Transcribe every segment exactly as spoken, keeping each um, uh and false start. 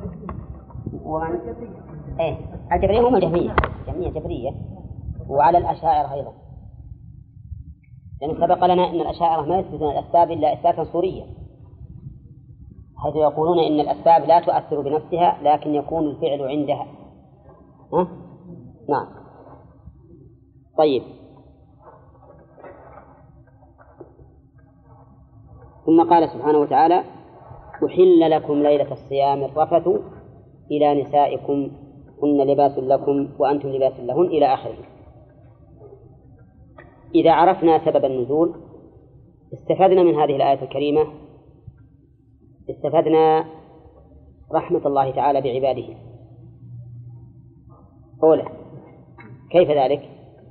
ومن إيه الجبرية هم الجهمية جميع جبرية، وعلى الأشاعرة أيضا، لأن يعني سبق لنا أن الأشاعرة ما يثبتون الأسباب إلا إثباتا صوريا، حيث يقولون إن الأسباب لا تؤثر بنفسها لكن يكون الفعل عندها. ها؟ نعم. طيب، ثم قال سبحانه وتعالى: أحل لكم ليلة الصيام الرفث إلى نسائكم هن لباس لكم وأنتم لباس لهن إلى آخره. إذا عرفنا سبب النزول استفدنا من هذه الآية الكريمة، استفدنا رحمة الله تعالى بعباده. أولا، كيف ذلك؟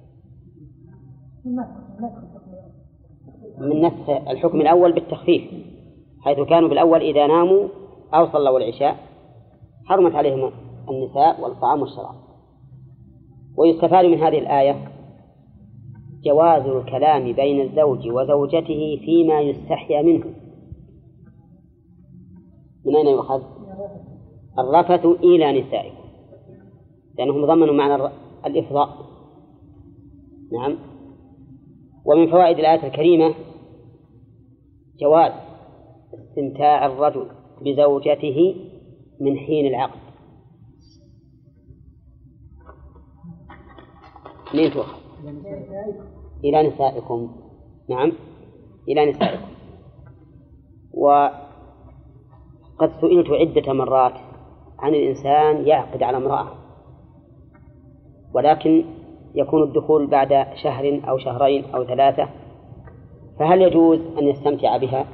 من نسخ الحكم الأول بالتخفيف، حيث كانوا بالأول إذا ناموا أو صلوا العشاء حرمت عليهم النساء والطعام والشراب. ويستفاد من هذه الآية جواز الكلام بين الزوج وزوجته فيما يستحيا منه. من أين يؤخذ؟ الرفث إلى نسائكم، لأنهم ضمنوا معنى الإفضاء. نعم. ومن فوائد الآية الكريمة جواز استمتاع الرجل بزوجته من حين العقد. منين تؤخذ؟ إلى نسائكم. نعم، إلى نسائكم. وقد سئلت عدة مرات عن الإنسان يعقد على امرأة ولكن يكون الدخول بعد شهر أو شهرين أو ثلاثة، فهل يجوز أن يستمتع بها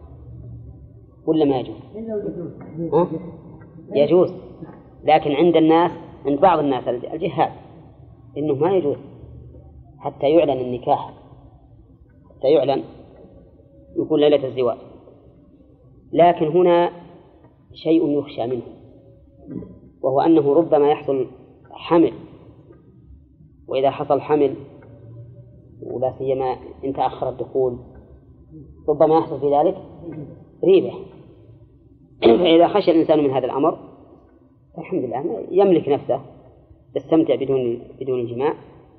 ولا ما يجوز؟ ها؟ يجوز، لكن عند الناس، عند بعض الناس الجهال، إنه ما يجوز حتى يعلن النكاح، حتى يعلن يكون ليلة الزواج. لكن هنا شيء يخشى منه، وهو أنه ربما يحصل حمل، وإذا حصل حمل ولا سيما إن تأخر الدخول ربما يحصل في ذلك ريبة. فإذا خشى الإنسان من هذا الأمر الحمد لله يملك نفسه يستمتع بدون بدون الجماع،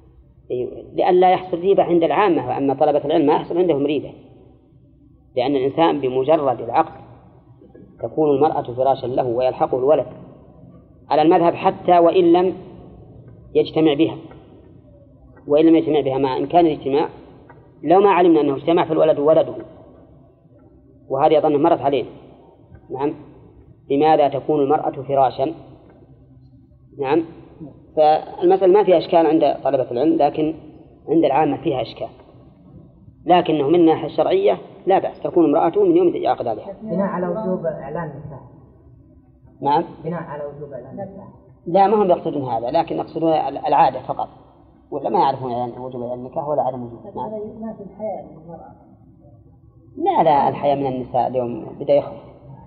لئلا يحصل ريبة عند العامة. وأما طلبة العلم ما يحصل عندهم ريبة، لأن الإنسان بمجرد العقد تكون المرأة فراشا له ويلحقه الولد على المذهب، حتى وإن لم يجتمع بها، وإن لم يجتمع بها مع إمكان الاجتماع، لو ما علمنا أنه اجتمع فالولد ولده. وهذه أظن مرت علينا. نعم. لماذا تكون المرأة فراشا؟ نعم. فالمسألة ما فيها إشكال عند طلبة العلم، لكن عند العامة فيها إشكال، لكنه من الناحية الشرعية لا بأس تكون امرأته من يوم يعقد عليها. بناء على وجوب إعلان النكاح. نعم. بناء على وجوب إعلان النكاح. لا، ما هم يقصدون هذا، لكن يقصدون العادة فقط، ولا ما يعرفون يعني وجوب النكاح ولا عدم وجوبه. نعم. ما في الحياة من المرأة. لا لا، الحياة من النساء اليوم بدأ يخف.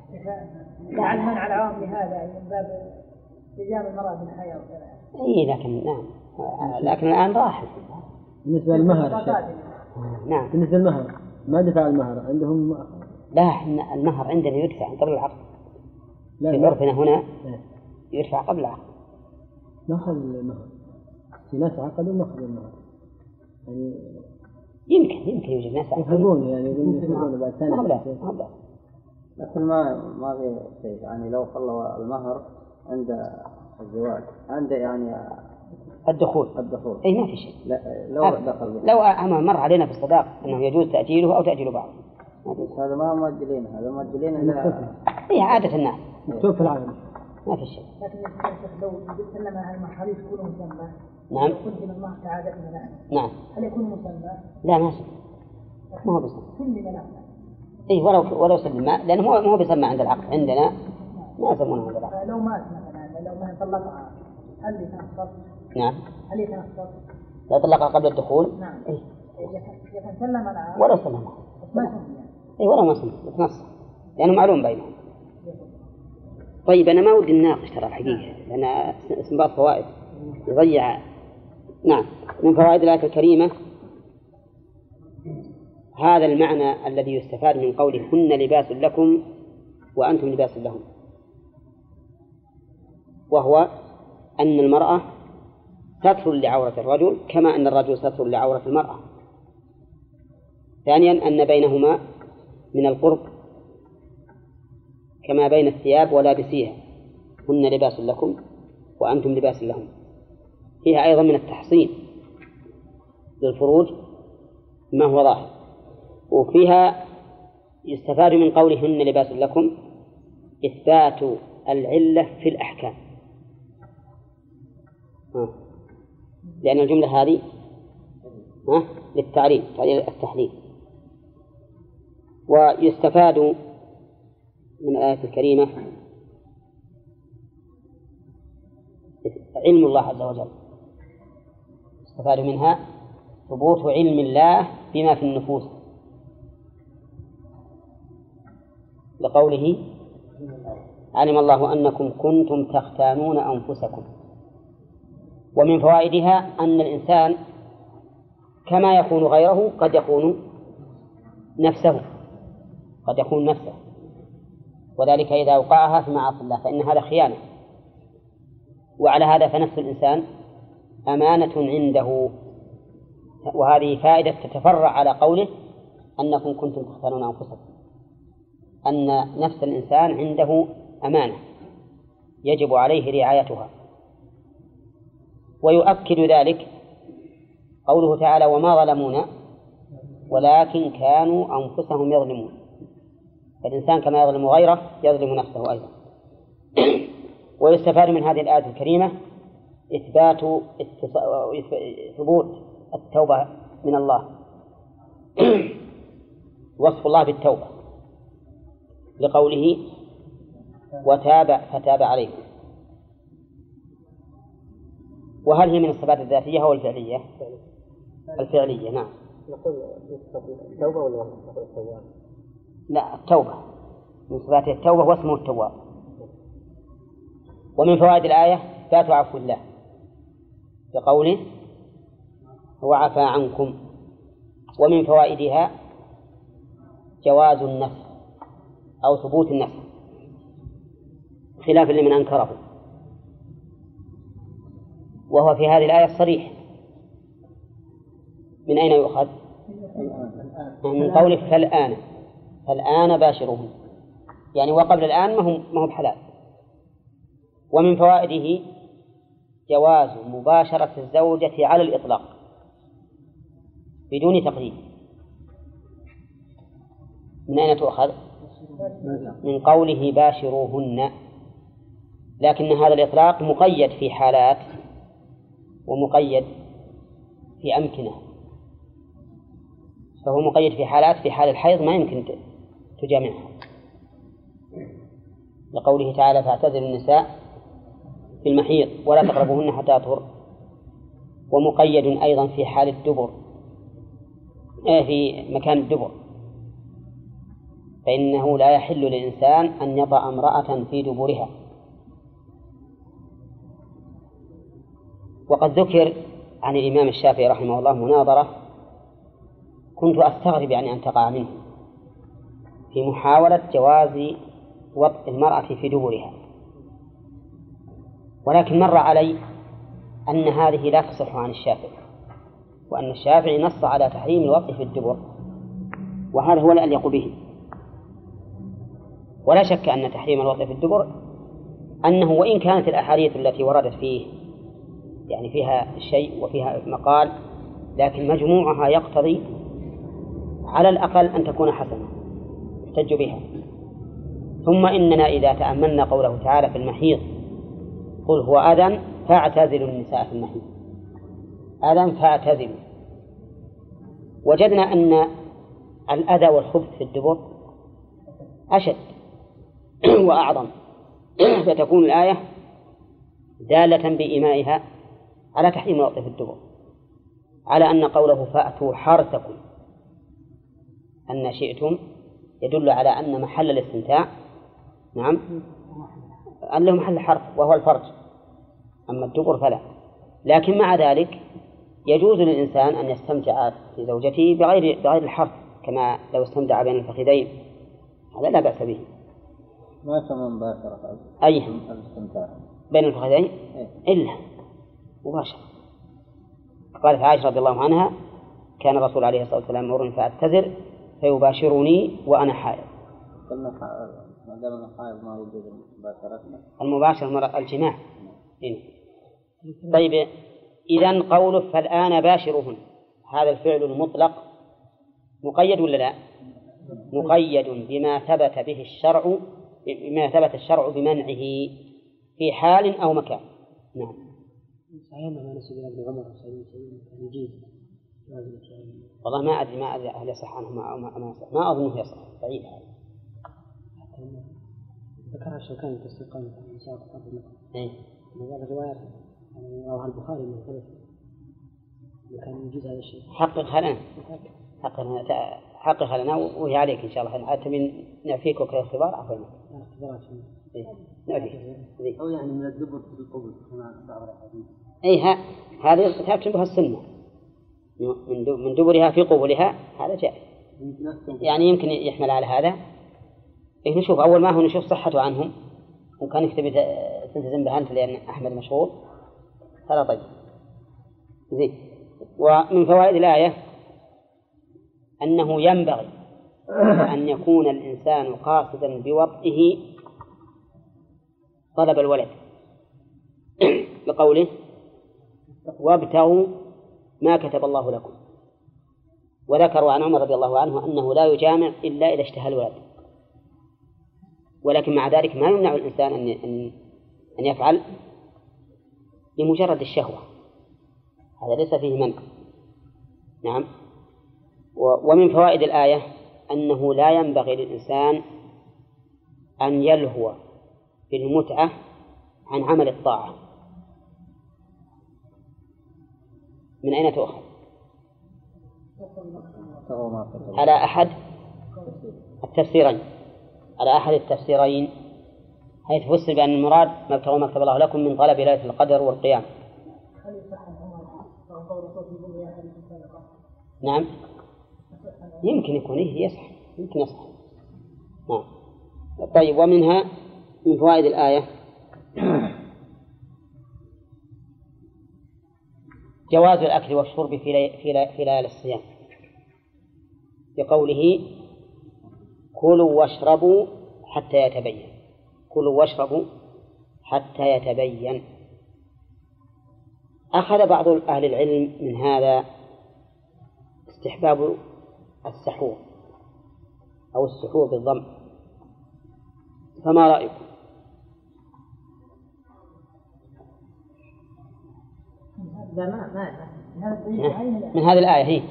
لا، المنع العام لهذا من باب إجابة المرأة من الحياة وكذا. إيه، لكن نعم، لكن الآن راح. بالنسبة للمهر. نعم. بالنسبة للمهر ما دفع المهر عندهم؟ لا، المهر عندنا يدفع قبل العقد. في عرفنا هنا يدفع قبل العقد. ما أخذ المهر. في ناس عقدوا ما أخذوا المهر. يعني يمكن يمكن يوجد ناس يفرقون، يعني يفرقون بعد سنة. ما بلا ما بلا. لكن ما ما في شيء، يعني لو خلوا المهر عند الزواج عند يعني الدخول الدخول أي ما في شيء. لا لو أه. دخل به. لو أما مر علينا في الصداق أنه يجوز تأجيله أو تأجيل بعض. هذا ما مؤجلين، هذا مؤجلين إلى هي عادة الناس. مكتوب في العالم. ما في شيء. لكن لو سلم هذا المهر يكون مسمى. نعم. كنت من المهر كعادتنا الآن. نعم. هل يكون مسمى؟ لا، ما سمى. ما هو بسمى. كل منام. إيه، ولو ولو سلم ما، لأنه هو ما هو بسمى عند العقد، عندنا ما يسمونه عند العقد. لو مات مثلا، لو ما طلقها هل يتنصف؟ نعم. هل يتنصف؟ لو طلقها قبل الدخول. نعم. إيه. إذا سلم العقد. ولو سلمها. ما سمي. إيه، ولو ما سمى يتنصف، لأنه معلوم بينهم. طيب، أنا ما ودي نناقش ترى الحقيقة، لأن استنباط فوائد يضيع. نعم. من فوائد الآية الكريمة هذا المعنى الذي يستفاد من قوله هن لباس لكم وأنتم لباس لهم، وهو أن المرأة ستر لعورة الرجل كما أن الرجل ستر لعورة المرأة. ثانيا أن بينهما من القرب كما بين الثياب ولابسيها، هن لباس لكم وأنتم لباس لهم. فيها أيضا من التحصين للفروج ما هو ظاهر. وفيها يستفاد من قولهن لباس لكم إثبات العلة في الأحكام، لأن الجملة هذه للتعليل تعليل التحليل. ويستفاد من الآية الكريمة علم الله عز وجل، يستفاد منها ثبوت علم الله بما في النفوس، لقوله علم الله أنكم كنتم تختانون أنفسكم. ومن فوائدها أن الإنسان كما يكون غيره قد يكون نفسه قد يكون نفسه وذلك إذا وقعها في معاصي الله فإن هذا خيانة. وعلى هذا فنفس الإنسان أمانة عنده، وهذه فائدة تتفرع على قوله أنكم كنتم تختانون أنفسكم، أن نفس الإنسان عنده أمانة يجب عليه رعايتها. ويؤكد ذلك قوله تعالى وما ظلمونا ولكن كانوا أنفسهم يظلمون. فالإنسان كما يظلم غيره يظلم نفسه أيضا. ويستفاد من هذه الآية الكريمة إثبات ثبوت التوبة من الله، وصف الله بالتوبة لقوله وتاب فتاب عليكم. وهل هي من الصفات الذاتية أو الفعلية؟ الفعلية نعم. نقول التوبة ولا التوبة؟ لا، التوبة من صفات التوبة واسمه التواب. ومن فوائد الآية إثبات عفو الله بقوله هو عفا عنكم. ومن فوائدها جواز النسخ أو ثبوت النسخ خلافا لمن أنكره، وهو في هذه الآية الصريح. من أين يؤخذ؟ من قوله فالآن فالآن باشرهم، يعني وقبل الآن ما هو ما هو بحلال. ومن فوائده جواز مباشرة الزوجة على الإطلاق بدون تقييد. من أين تؤخذ؟ من قوله باشروهن، لكن هذا الإطلاق مقيد في حالات ومقيد في أمكنة. فهو مقيد في حالات، في حال الحيض ما يمكن تجامعها لقوله تعالى فاعتزلوا النساء في المحيض ولا تقربوهن حتى يطهر. ومقيد أيضا في حال الدبر، في مكان الدبر، فإنه لا يحل للإنسان أن يطأ امرأة في دبرها. وقد ذكر عن الإمام الشافعي رحمه الله مناظرة كنت أستغرب يعني أن تقع منه في محاولة جواز وطء المرأة في دبرها، ولكن مر علي أن هذه لا تصح عن الشافعي، وأن الشافعي نص على تحريم الوطء في الدبر، وهذا هو الأليق به. ولا شك أن تحريم الوطء في الدبر أنه وإن كانت الأحاديث التي وردت فيه يعني فيها شيء وفيها مقال، لكن مجموعها يقتضي على الأقل أن تكون حسنة يحتج بها. ثم إننا إذا تأملنا قوله تعالى في المحيض قل هو أذى فاعتزلوا النساء في المحيض، أذى فاعتزلوا، وجدنا أن الأذى والخبث في الدبر أشد وأعظم، فتكون الآية دالة بإيمائها على تحريم الوطء في الدبر، على أن قوله فأتوا حرثكم أن شئتم يدل على أن محل الاستمتاع نعم أن له محل حرث وهو الفرج، أما الدبر فلا. لكن مع ذلك يجوز للإنسان أن يستمتع في زوجته بغير بغير الحرث، كما لو استمتع بين الفخذين، هذا لا بأس به. ما يسمى مباشرة أي بين الفخذين إلا مباشرة. قالت عائشة رضي الله عنها كان الرسول عليه الصلاة والسلام يمرني فأعتذر فيباشرني وأنا حائض. المباشرة الجماع. طيب إذن قوله فالآن باشرهن، هذا الفعل المطلق مقيد ولا لا؟ مقيد بما ثبت به الشرع، بما ثبت الشرع بمنعه في حال أو مكان. نعم. صحيح ما نسب إلى ابن عمر يجيز. والله ما أدري ما أدري هل يصح عنه ما ما ما, ما أظنه يصح، بعيد هذا. ذكرها الشوكاني في السلطان في مساق قبل مكة. إيه. من هذا الرواية رواه البخاري من ثلاث كان يجوز هذا الشيء. حقق لنا حقق لنا حقق لنا وهي عليك إن شاء الله. حتى من نعفيك وكذا اختبار عفوا. اختبارات. إيه. نعفيك. أو يعني من الدبر في القبر هنا بعض الحديث. إيه ها هذه ثابت بها السنة من من دبرها في قبولها هذا جائز. يعني يمكن يحمل على هذا. إيه نشوف أول ما هو نشوف صحته عنهم وكان يكتب تلتزم بها أنت لأن أحمد مشهور هذا طيب زين. ومن فوائد الآية أنه ينبغي أن يكون الإنسان قاصدا بوطئه طلب الولد لقوله وابتغوا ما كتب الله لكم. وذكروا عن عمر رضي الله عنه أنه لا يجامع إلا إذا اشتهى الولد، ولكن مع ذلك ما يمنع الإنسان أن أن يفعل لمجرد الشهوة، هذا ليس فيه منع. نعم. ومن فوائد الآية أنه لا ينبغي للإنسان أن يلهو بالمتعة عن عمل الطاعة. من أين تؤخذ؟ على أحد التفسيرين على أحد التفسيرين حيث فسر بأن المراد ما ابتغوا ما كتب الله لكم من طلب ليلة القدر والقيام. نعم يمكن يكون إيه يصح يمكن يصح. نعم. طيب ومنها من فوائد الآية جواز الأكل والشرب في في ليالي الصيام بقوله كلوا واشربوا حتى يتبين. كلوا واشربوا حتى يتبين. أخذ بعض أهل العلم من هذا استحباب السحور أو السحور بالضم، فما رأيكم؟ من هذه الآية هي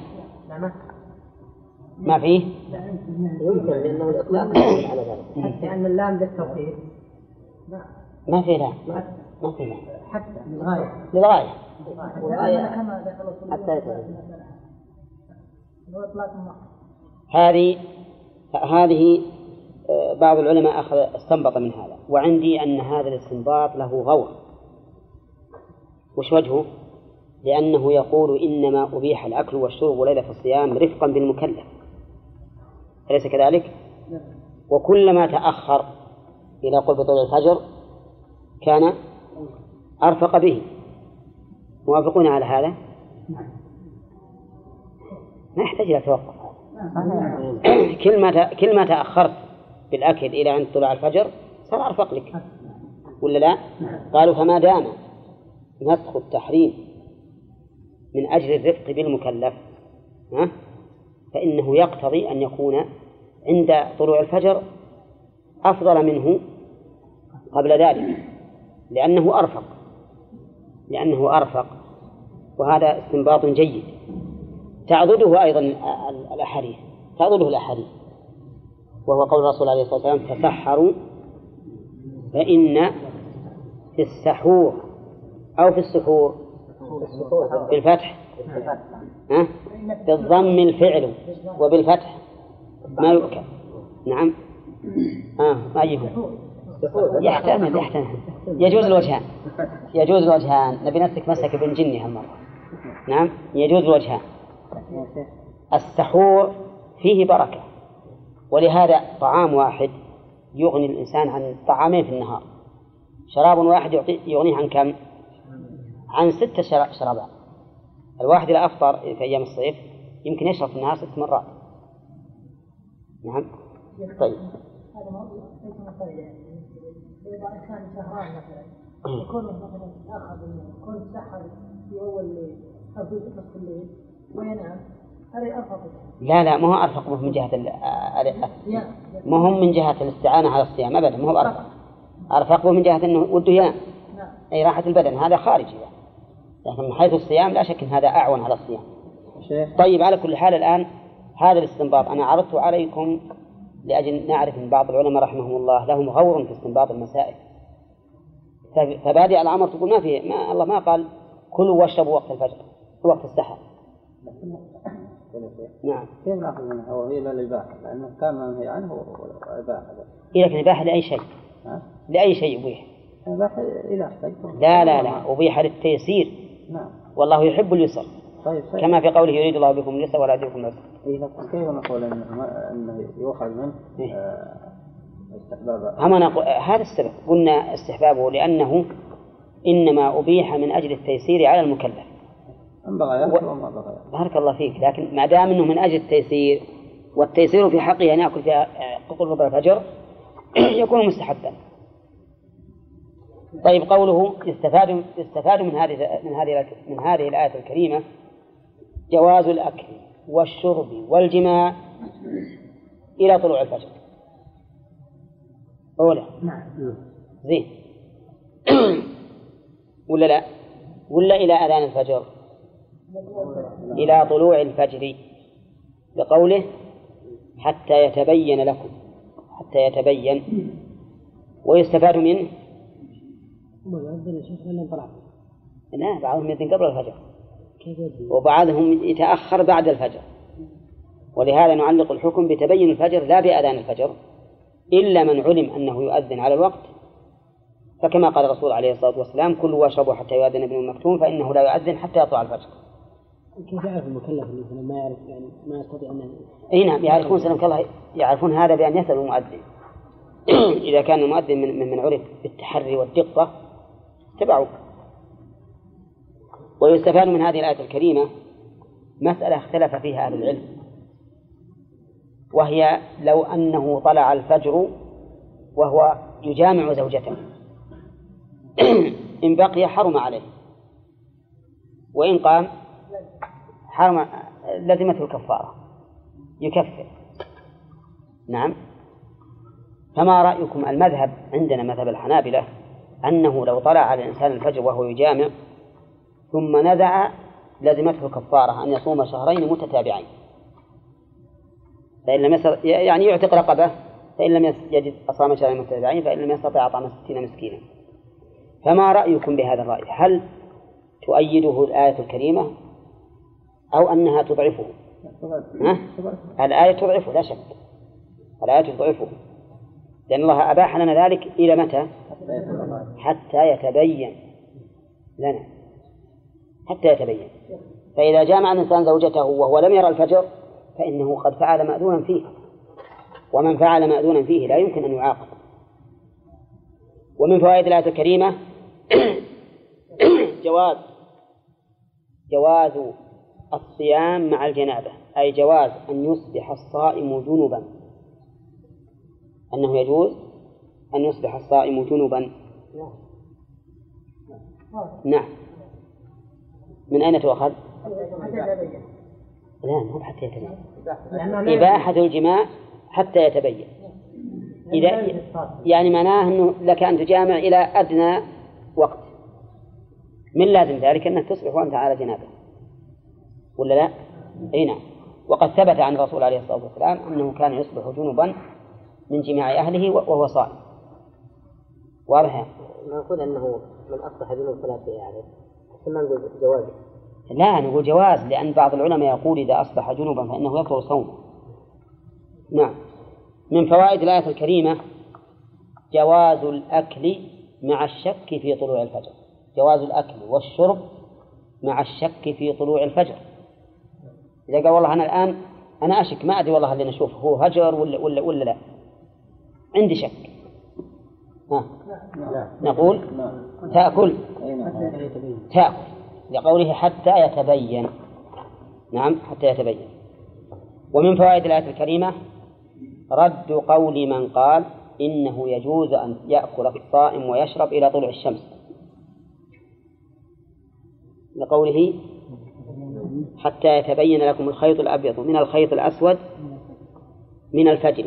ما فيه يمكن لأنه الإطلاق على ذلك لأن اللام للتوحيد ما فيه لا ما فيه لا حتى للغاية للغاية حتى هذه هذه بعض العلماء أخذ استنبط من هذا، وعندي أن هذا الاستنباط له غور. وش وجهه؟ لأنه يقول إنما أبيح الأكل والشرب ليلة الصيام رفقا بالمكلف، أليس كذلك؟ وكلما تأخر إلى قرب طلوع الفجر كان أرفق به. موافقون على هذا؟ ما يحتاج إلى توقف. كل ما كل ما تأخرت بالأكل إلى عند طلوع الفجر صار أرفق لك ولا لا؟ قالوا فما دام نسخ التحريم من أجل الرفق بالمكلف ها فإنه يقتضي أن يكون عند طلوع الفجر أفضل منه قبل ذلك لأنه أرفق لأنه أرفق وهذا استنباط جيد. تعضده أيضا الأحاديث تعضده الأحاديث وهو قول الرسول عليه الصلاة والسلام تسحروا فإن في السحور أو في السحور بالفتح ها بالضم الفعل وبالفتح ما يؤكل. نعم آه أيها يحتمل يحتمل يجوز الوجهان يجوز الوجهان نبي نسك مسك ابن جني هالمرة. نعم يجوز الوجهان. السحور فيه بركة ولهذا طعام واحد يغني الإنسان عن طعامين في النهار. شراب واحد يعطي يغنيه عن كم؟ عن ستة شرابات. الواحد إذا أفطر في أيام الصيف يمكن يشرب في النهار ست مرات. نعم. طيب. هذا ما ليس مصير يعني. إذا كان سهران مثلا يكون مثلا آخر يكون سحر في أول الليل أو في نصف الليل وينام، هذا أرفق. لا لا، ما هو أرفق من جهة ال ما هم من جهة الاستعانة على الصيام أبدا، ما هو أرفق. أرفق من جهة إنه وده ينام، أي راحة البدن، هذا خارجي. لكن من حيث الصيام لا شك أن هذا أعون على الصيام. طيب، على كل حال الآن هذا الاستنباط أنا عرضته عليكم لأجل نعرف أن بعض العلماء رحمهم الله لهم غور في استنباط المسائل. فبادئ الأمر تقول ما في ما الله ما قال كلوا واشربوا وقت الفجر وقت السحر. نعم. كيف نأخذ منه هو هي للإباحة لأنه كان منهي عنه وإباحة. إذا كان إباحة لأي شيء. لأي شيء أبيح. إباحة إذا احتاج. لا لا لا، أبيح للتيسير. نعم. والله يحب اليسر. طيب طيب. كما في قوله يريد الله بكم اليسر ولا يريد بكم العسر. إذا كيف نقول إنه إنه يؤخذ منه استحباب؟ هم نقول هذا السبب، قلنا استحبابه لأنه إنما أبيح من أجل التيسير على المكلف. أم بغى يأكل وما بغى يأكل. بارك الله فيك، لكن ما دام إنه من أجل التيسير، والتيسير في حقه أن يأكل في قرب الفجر يكون مستحبا. طيب، قوله يستفاد يستفاد من هذه من هذه من هذه الآية الكريمة جواز الأكل والشرب والجماع إلى طلوع الفجر. أولى. نعم. زين. ولا لا؟ ولا إلى أذان الفجر؟ إلى طلوع الفجر، بقوله حتى يتبين لكم، حتى يتبين. ويستفاد منه لا، بعضهم يأذن قبل الفجر وبعضهم يتأخر بعد الفجر، ولهذا نعلق الحكم بتبين الفجر لا بأذان الفجر، إلا من علم أنه يؤذن على الوقت، فكما قال الرسول عليه الصلاة والسلام كلوا واشربوا حتى يؤذن ابن مكتوم فإنه لا يؤذن حتى يطلع الفجر. كيف يعرف المكلف اللي ما يعرف يعني ما يستطيع أن أي نعم، يعرفون سلامك الله، يعرفون هذا بأن يسألوا المؤذن. إذا كان المؤذن من من عرف بالتحري والدقة تبعوا. ويستفاد من هذه الآية الكريمة مسألة اختلف فيها أهل العلم، وهي لو أنه طلع الفجر وهو يجامع زوجته إن بقي حرم عليه، وإن قام حرم لزمته الكفارة يكفر. نعم. فما رأيكم؟ المذهب عندنا مذهب الحنابلة أنه لو طلع على الإنسان الفجر وهو يجامع ثم نزع لزمته الكفارة أن يصوم شهرين متتابعين، فإن لم يستطع يعني يعتق رقبة، فإن لم يجد أصام شهرين متتابعين، فإن لم يستطع أطعم ستين مسكينا. فما رأيكم بهذا الرأي؟ هل تؤيده الآية الكريمة أو أنها تضعفه؟ ها؟ الآية تضعفه لا شك، الآية تضعفه، لأن الله أباح لنا ذلك إلى متى؟ حتى يتبين لنا، حتى يتبين. فإذا جامع الإنسان زوجته وهو لم يرى الفجر فإنه قد فعل مأذونا فيه، ومن فعل مأذونا فيه لا يمكن أن يعاقب. ومن فوائد الآية الكريمة جواز جواز الصيام مع الجنابة، أي جواز أن يصبح الصائم جنبا، أنه يجوز أن يصبح الصائم جنبا. نعم. من أين تؤخذ؟ لا، مو حتى يتبين، إباحة الجماع حتى يتبين. إذا يعني معناه أنه لك أن تجامع إلى أدنى وقت، من لازم ذلك أنك تصبح وأنت على جنابه، ولا لا؟ أي نعم. وقد ثبت عن الرسول عليه الصلاة والسلام أنه كان يصبح جنبا من جماع أهله وهو صائم. واضح؟ نقول أنه من أصبح جنوب فلا شيء عليه، ثم نقول جواز. لا، نقول جواز، لأن بعض العلماء يقول إذا أصبح جنوبا فإنه يبطل صومه. نعم. من فوائد الآية الكريمة جواز الأكل مع الشك في طلوع الفجر، جواز الأكل والشرب مع الشك في طلوع الفجر. إذا قال والله أنا الآن أنا أشك ما أدري والله اللي نشوف هو هجر ولا ولا ولا لا، عندي شك، ها. نقول تأكل تأكل لقوله حتى يتبين. نعم حتى يتبين. ومن فوائد الآية الكريمة رد قول من قال إنه يجوز أن يأكل الصائم ويشرب إلى طلوع الشمس، لقوله حتى يتبين لكم الخيط الأبيض من الخيط الأسود من الفجر.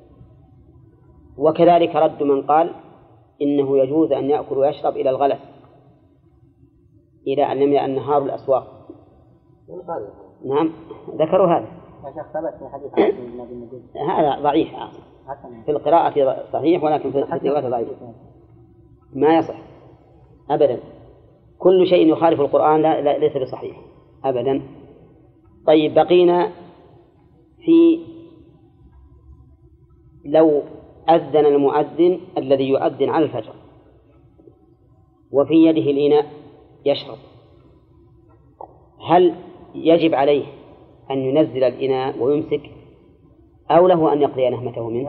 وكذلك رد من قال إنه يجوز أن يأكل ويشرب إلى الغلس، إلى أن يملأ النهار الأسواق. نعم ذكروا هذا. هذا ضعيف في القراءة صحيح ولكن في الرواية ضعيف ما يصح أبدا. كل شيء يخالف القرآن لا, لا ليس بصحيح أبدا. طيب بقينا في لو أذن المؤذن الذي يؤذن على الفجر وفي يده الإناء يشرب، هل يجب عليه أن ينزل الإناء ويمسك أو له أن يقضي نهمته منه؟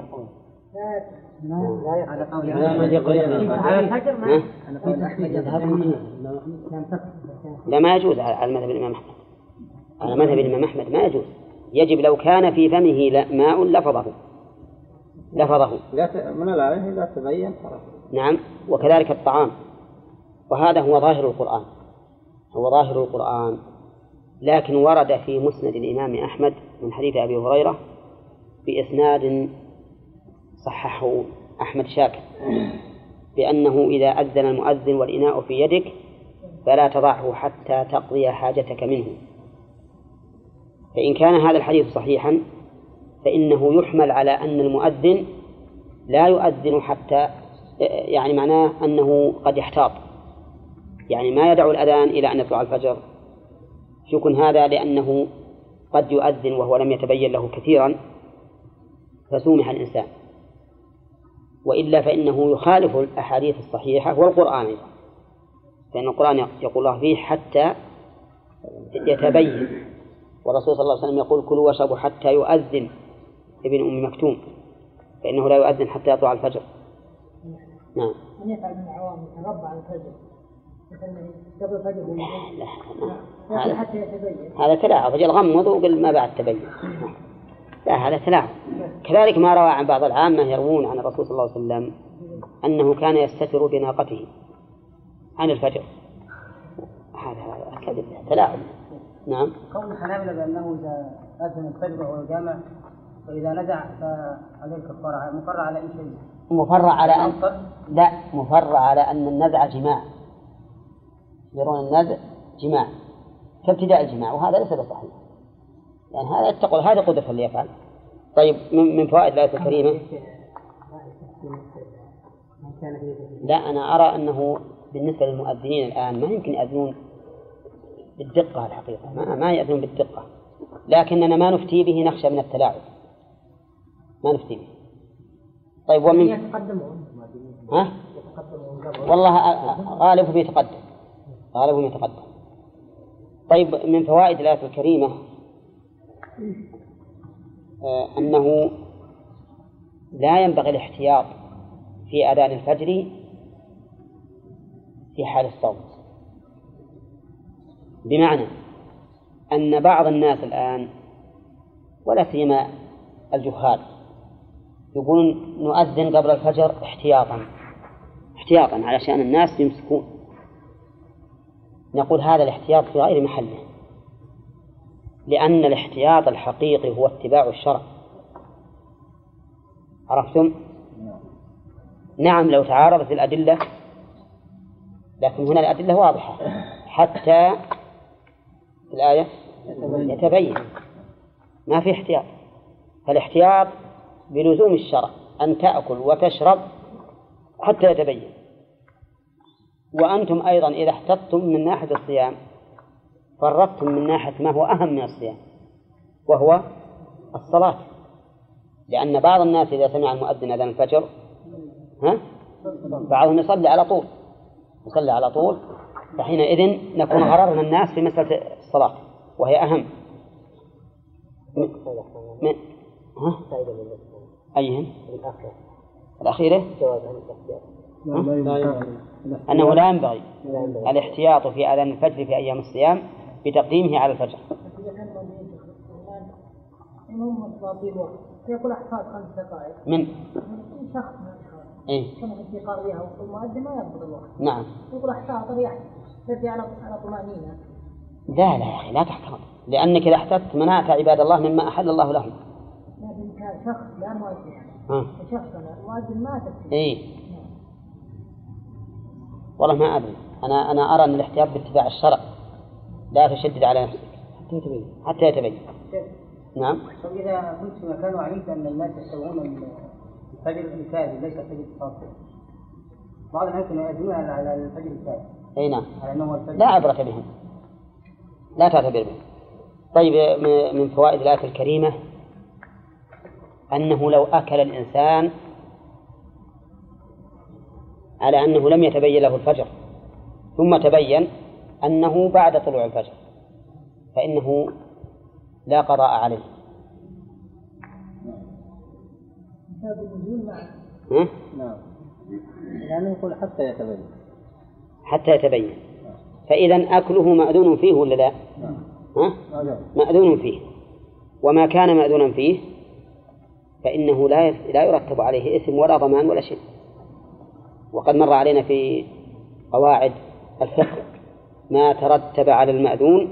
لا ما يجوز على مذهب الإمام أحمد. على مذهب الإمام أحمد ما يجوز، يجب لو كان في فمه ماء لفظه لفظه من الآية لا تبين. نعم. وكذلك الطعام، وهذا هو ظاهر القرآن هو ظاهر القرآن لكن ورد في مسند الإمام أحمد من حديث أبي هريرة بإسناد صححه أحمد شاكر بأنه إذا أذن المؤذن والإناء في يدك فلا تضعه حتى تقضي حاجتك منه. فإن كان هذا الحديث صحيحا فإنه يحمل على أن المؤذن لا يؤذن حتى، يعني معناه أنه قد يحتاط، يعني ما يدعو الأذان إلى أن يطلع الفجر. يكون هذا لأنه قد يؤذن وهو لم يتبين له كثيرا فسومح الإنسان، وإلا فإنه يخالف الأحاديث الصحيحة والقرآن أيضا، لأن القرآن يقول الله فيه حتى يتبين، والرسول صلى الله عليه وسلم يقول كلوا واشربوا حتى يؤذن ابن أم مكتوم، فإنه لا يؤذن حتى يطلع الفجر. نعم. من يفعل من العوام يتربع على الفجر قبل الفجر لا لا حتى يتبين، هذا تلاعب. رجل غمض وقل ما بعد تبين، لا هذا تلاعب. كذلك ما روى عن بعض العامة يروون عن الرسول صلى الله عليه وسلم أنه كان يستتر بناقته عن الفجر، هذا كذب تلاعب. نعم. قول الحنابلة بأنه إذا أذن الفجر وهو جامع وإذا نزع فعليه كفارة، مفرع على أي شيء؟ مفرع على أن لا مفرع على أن النزع جماع، يرون النزع جماع كابتداء الجماع، وهذا ليس بصحيح، يعني هذا يتقل هذا قدرة اللي يفعل. طيب من فوائد الآية الكريمة، لا أنا أرى أنه بالنسبة للمؤذنين الآن ما يمكن يأذنون بالدقة الحقيقة، ما, ما يأذنون بالدقة، لكننا ما نفتي به نخشى من التلاعب، ما نفتي به. طيب ومن ها؟ والله غالبه يتقدم غالبه يتقدم. طيب من فوائد الآية الكريمة آه أنه لا ينبغي الاحتياط في أذان الفجر في حال الصوت، بمعنى أن بعض الناس الآن ولا سيما الجهال يقولون نؤذن قبل الفجر احتياطا احتياطا علشان الناس يمسكون. نقول هذا الاحتياط في غير محله، لأن الاحتياط الحقيقي هو اتباع الشرع. عرفتم؟ نعم لو تعارضت الأدلة، لكن هنا الأدلة واضحة حتى الآية يتبين، ما في احتياط. فالاحتياط بلزوم الشرع أن تأكل وتشرب حتى يتبين. وأنتم أيضا إذا احتطتم من ناحية الصيام فرطتم من ناحية ما هو أهم من الصيام وهو الصلاة، لأن بعض الناس إذا سمع المؤذن أذان الفجر ها بعضهم يصلي على طول يصلي على طول فحينئذ نكون غررنا الناس في مسألة الصلاة وهي أهم من, من ها أيهن الأخيرة أنه لا ينبغي الاحتياط في أذان الفجر في أيام الصيام بتقديمه على الفجر. يقول أحفاد خمس دقائق من شخص إيه؟ كما افتقار لها والمؤذن ما يضبط الوقت. نعم. يقول أحفاد طبيعي ترجع على على طمأنينة. لا لا يا أخي لا تحتاط، لأنك إذا احتجت منعت عباد الله مما أحل الله لهم. لكن كان شخص لا مؤذن. ها. شخص المؤذن ما تكفي. إيه. والله ما أدري، أنا أنا أرى أن الاحتياط باتباع الشرع، لا تشدد على نفسك حتى يتبين. حتى يتبين. نعم. طيب إذا كنت في مكان وعلمت أن الناس يستوون الفجر الكاذب ليس الفجر الصادق، بعض الناس يؤذنون على الفجر الكاذب. أي نعم. على أنه الفجر. لا عبرة بهم، لا تعتبر بهم. طيب من فوائد الآية الكريمة أنه لو أكل الإنسان على أنه لم يتبين له الفجر ثم تبين أنه بعد طلوع الفجر فإنه لا قضاء عليه. ها؟ نعم. يعني يقول حتى يتبين. حتى يتبين. فإذا أكله مأذون فيه ولا لا؟ ها؟ مأذون فيه، وما كان مأذونا فيه فإنه لا لا يرتب عليه إثم ولا ضمان ولا شيء. وقد مر علينا في قواعد الفقه ما ترتب على المأذون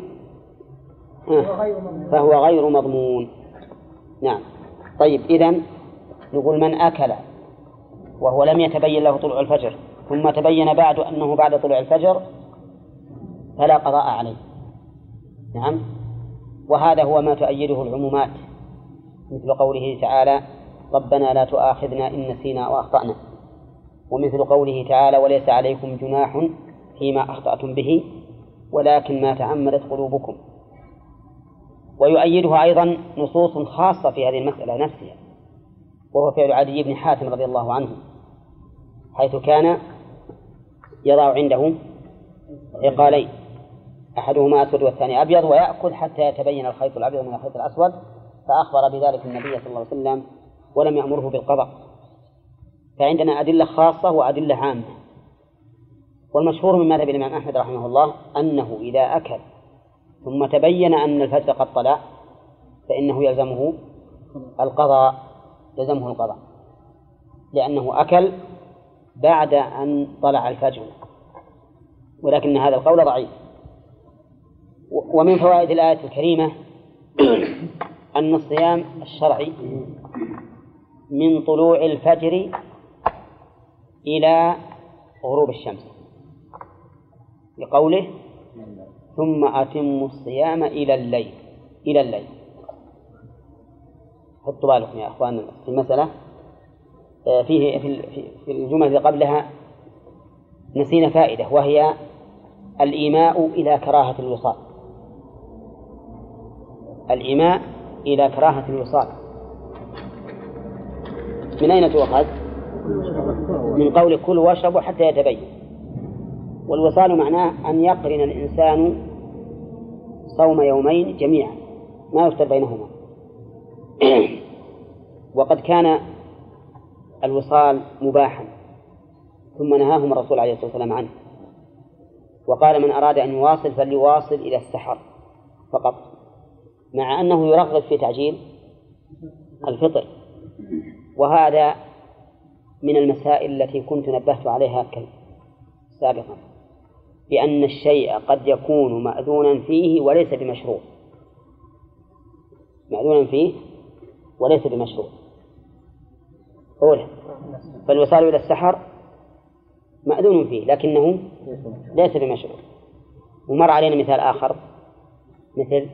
فهو غير مضمون. نعم. طيب إذن نقول من أكل وهو لم يتبين له طلوع الفجر ثم تبين بعد أنه بعد طلوع الفجر فلا قضاء عليه. نعم. وهذا هو ما تؤيده العمومات مثل قوله تعالى ربنا لا تؤاخذنا إن نسينا وأخطأنا، ومثل قوله تعالى وليس عليكم جناح فيما أخطأتم به ولكن ما تعمدت قلوبكم. ويؤيدها أيضا نصوص خاصة في هذه المسألة نفسها، وهو فعل عدي بن حاتم رضي الله عنه حيث كان يضع عنده عقالين أحدهما أسود والثاني أبيض ويأكل حتى يتبين الخيط الأبيض من الخيط الأسود، فأخبر بذلك النبي صلى الله عليه وسلم ولم يأمره بالقضاء. فعندنا أدلة خاصة وأدلة عامة. والمشهور من مذهب الإمام أحمد رحمه الله أنه إذا أكل ثم تبين أن الفجر قد طلع فإنه يلزمه القضاء يلزمه القضاء لأنه أكل بعد أن طلع الفجر، ولكن هذا القول ضعيف. ومن فوائد الآية الكريمة أن الصيام الشرعي من طلوع الفجر إلى غروب الشمس لقوله ثم أتموا الصيام إلى الليل إلى الليل. حطوا بالكم يا أخوان في المسألة فيه في الجملة اللي قبلها نسينا فائدة وهي الإيماء إلى كراهة الوصال. الإيماء إلى كراهة الوصال من أين تؤخذ؟ من قول كلوا واشربوا حتى يتبين. والوصال معناه أن يقرن الإنسان صوم يومين جميعا ما يفتر بينهما. وقد كان الوصال مباحا ثم نهاهم الرسول عليه الصلاة والسلام عنه وقال من أراد أن يواصل فليواصل إلى السحر فقط، مع أنه يرغب في تعجيل الفطر. وهذا من المسائل التي كنت نبهت عليها سابقا بأن الشيء قد يكون مأذونا فيه وليس بمشروع مأذونا فيه وليس بمشروع. أولا فالوصال إلى السحر مأذون فيه لكنه ليس بمشروع. ومر علينا مثال آخر مثل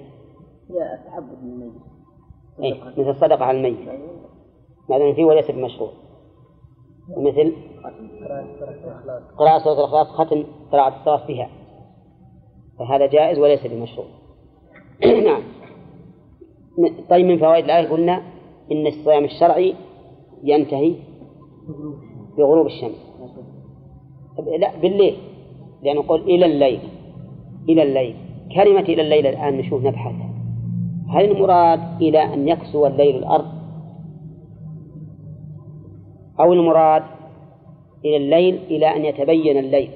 إيه؟ مثل الصدقة على الميت مأذون فيه وليس بمشروع. ومثل قراءة سورة الإخلاص ختم قراءة الصلاة فيها فهذا جائز وليس بمشروع. نعم. طيب من فوائد الآية قلنا إن الصيام الشرعي ينتهي بغروب الشمس لا بالليل لأنه قل إلى الليل إلى الليل. كلمة إلى الليل الآن نشوف نبحث هل المراد إلى أن يكسو الليل الأرض أو المراد إلى الليل إلى أن يتبين الليل،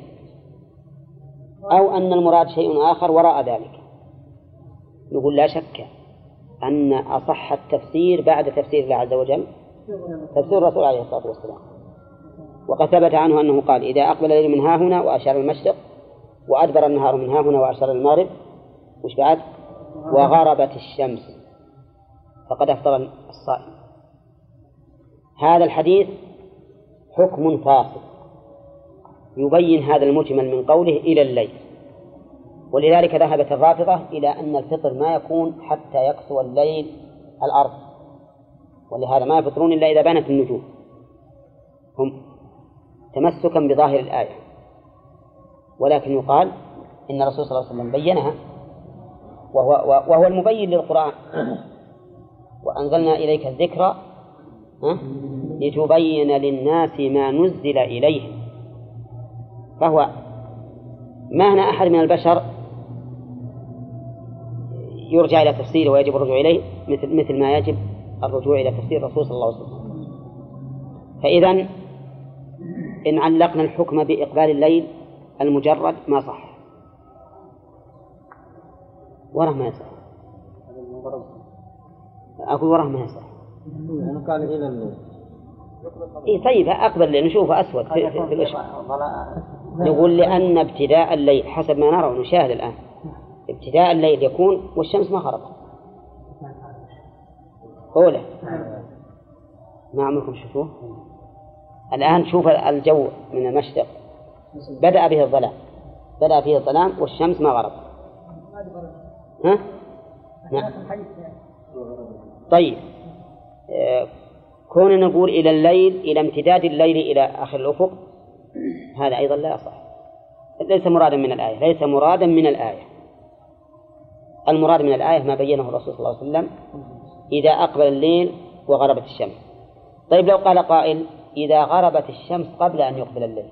أو أن المراد شيء آخر وراء ذلك. نقول لا شك أن أصح التفسير بعد تفسير الله عز وجل تفسير الرسول عليه الصلاة والسلام. وقد ثبت عنه أنه قال: إذا أقبل الليل من ها هنا وأشار المشرق، وأدبر النهار من ها هنا وأشار المغرب، وش بعد؟ وغربت الشمس، فقد أفطر الصائم. هذا الحديث حكم فاصل يبين هذا المجمل من قوله إلى الليل. ولذلك ذهبت الرافضة إلى أن الفطر ما يكون حتى يكسو الليل الأرض، ولهذا ما يفطرون إلا إذا بانت النجوم، هم تمسكا بظاهر الآية. ولكن يقال إن الرسول صلى الله عليه وسلم بينها، وهو, وهو المبين للقرآن: وأنزلنا إليك الذكر لتبين للناس ما نزل إليهم. فهو ما هنا أحد من البشر يرجع إلى تفسيره ويجب الرجوع إليه مثل مثل ما يجب الرجوع إلى تفسير الرسول صلى الله عليه وسلم. فإذا إن علقنا الحكم بإقبال الليل المجرد ما صح، وراه ما يصح. أقول وراه ما يصح. أنا قال إلى الليل. إيه طيب أقبل الليل نشوفه أسود في, في, في الأشهر. نقول لأن ابتداء الليل حسب ما نرى ونشاهد الآن ابتداء الليل يكون والشمس ما غربت. أولى ما عمركم شوفوه الآن؟ شوف الجو من المشرق بدأ به الظلام، بدأ فيه الظلام والشمس ما غربت. ها؟ نعم. طيب آه كون نقول إلى الليل إلى امتداد الليل إلى آخر الأفق، هذا أيضا لا يصح، ليس مرادا من الآية، ليس مرادا من الآية. المراد من الآية ما بينه الرسول صلى الله عليه وسلم: إذا أقبل الليل وغربت الشمس. طيب لو قال قائل: إذا غربت الشمس قبل أن يقبل الليل،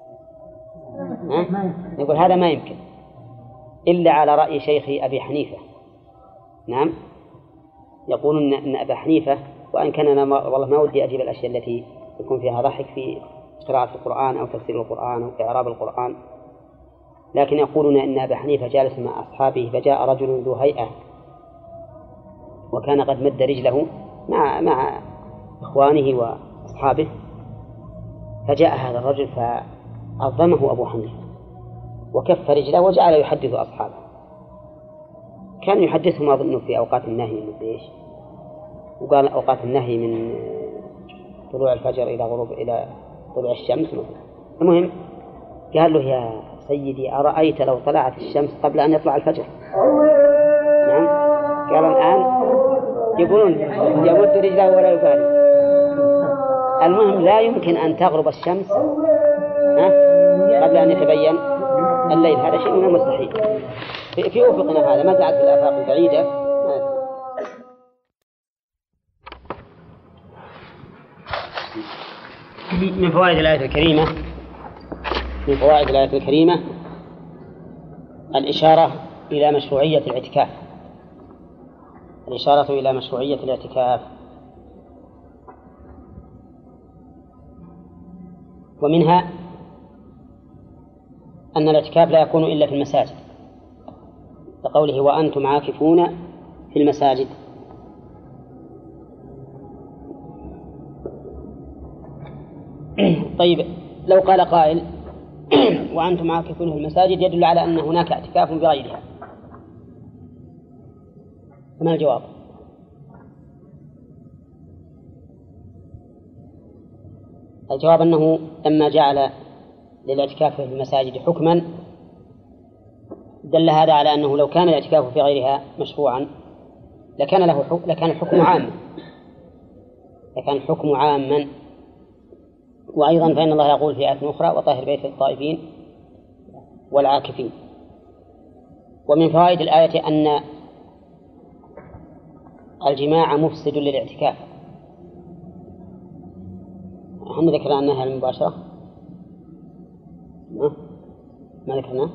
ها؟ نقول هذا ما يمكن إلا على رأي شيخ أبي حنيفة. نعم، يقولون أن أبا حنيفة، وأن كان أنا والله ما ودي أجيب الأشياء التي يكون فيها ضحك في قراءة القرآن أو تفسير القرآن أو إعراب القرآن، لكن يقولون أن أبا حنيفة جالس مع أصحابه فجاء رجل ذو هيئة وكان قد مد رجله مع مع إخوانه وأصحابه، فجاء هذا الرجل فعظمه أبو حنيفة وكف رجله وجعل يحدث أصحابه. كان يحدثهم أظن في أوقات النهي من إيش، وقال أوقات النهي من طلوع الفجر إلى غروب إلى طلوع الشمس مثلا. المهم قال له: يا سيدي أرأيت لو طلعت الشمس قبل أن يطلع الفجر؟ نعم. قال الآن يقولون يمد رجله ولا يبالي. المهم لا يمكن أن تغرب الشمس قبل أن يتبين الليل، هذا شيء من المستحيل في أفقنا هذا، ما زالت في الآفاق البعيدة. من فوائد الآية الكريمة من فوائد الآية الكريمة الإشارة إلى مشروعية الاعتكاف الإشارة إلى مشروعية الاعتكاف ومنها أن الاعتكاف لا يكون إلا في المساجد، لقوله: وأنتم عاكفون في المساجد. طيب لو قال قائل: وأنتم عاكفون في المساجد، يدل على أن هناك اعتكاف بغيرها، فما الجواب؟ الجواب أنه لما جعل للاعتكاف في المساجد حكما دل هذا على أنه لو كان الاعتكاف في غيرها مشروعا لكان له حكم، لكان الحكم عاما لكان الحكم عاما. وأيضا فإن الله يقول في آية أخرى: وطهر بيت الطائفين والعاكفين. ومن فوائد الآية أن الجماع مفسد للاعتكاف. هم ذكرنا أنها المباشرة؟ ما ذكرنا؟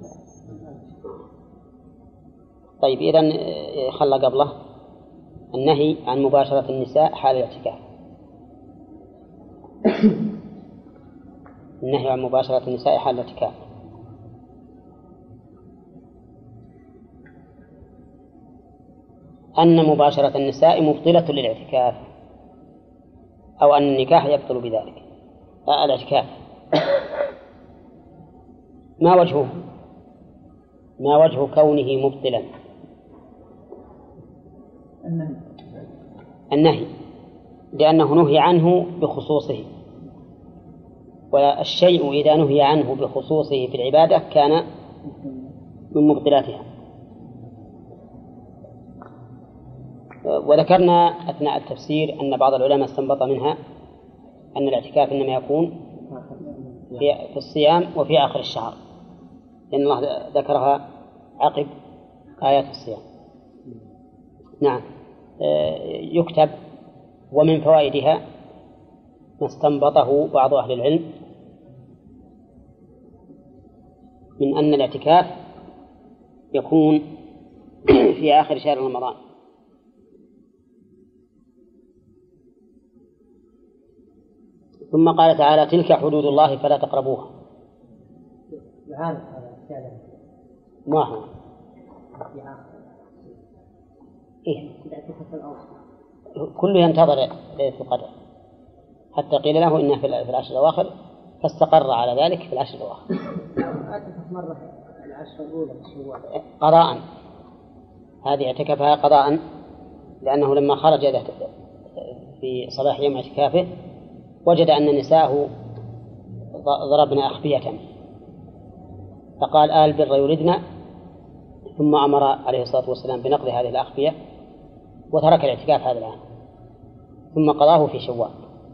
طيب إذن خلى قبله النهي عن مباشرة النساء حال الاعتكاف. النهي عن مباشرة النساء حال الاعتكاف. أن مباشرة النساء مبطلة للاعتكاف، أو أن النكاح يبطل بذلك آه الاعتكاف. ما وجهه ما وجه كونه مبطلا؟ النهي، لأنه نهي عنه بخصوصه، والشيء إذا نهي عنه بخصوصه في العبادة كان من مبطلاتها. وذكرنا أثناء التفسير أن بعض العلماء استنبط منها أن الاعتكاف إنما يكون في الصيام وفي آخر الشهر، لأن الله ذكرها عقب آيات الصيام. نعم. يكتب: ومن فوائدها ما استنبطه بعض أهل العلم من أن الاعتكاف يكون في آخر شهر رمضان. ثم قال تعالى: تلك حدود الله فلا تقربوها. ما هو؟ إيه؟ كله ينتظر ليلة القدر حتى قيل له إنها في العشر الأواخر، فاستقر على ذلك في العشر الأواخر. مرة العشر الأولى من قضاء، هذه اعتكفها قضاء، لأنه لما خرج في صباح يوم اعتكافه وجد أن نساءه ضربن أخبية، فقال: آل بر يردن، ثم أمر عليه الصلاة والسلام بنقض هذه الأخبية وترك الاعتكاف هذا العام، ثم قضاه في شوال.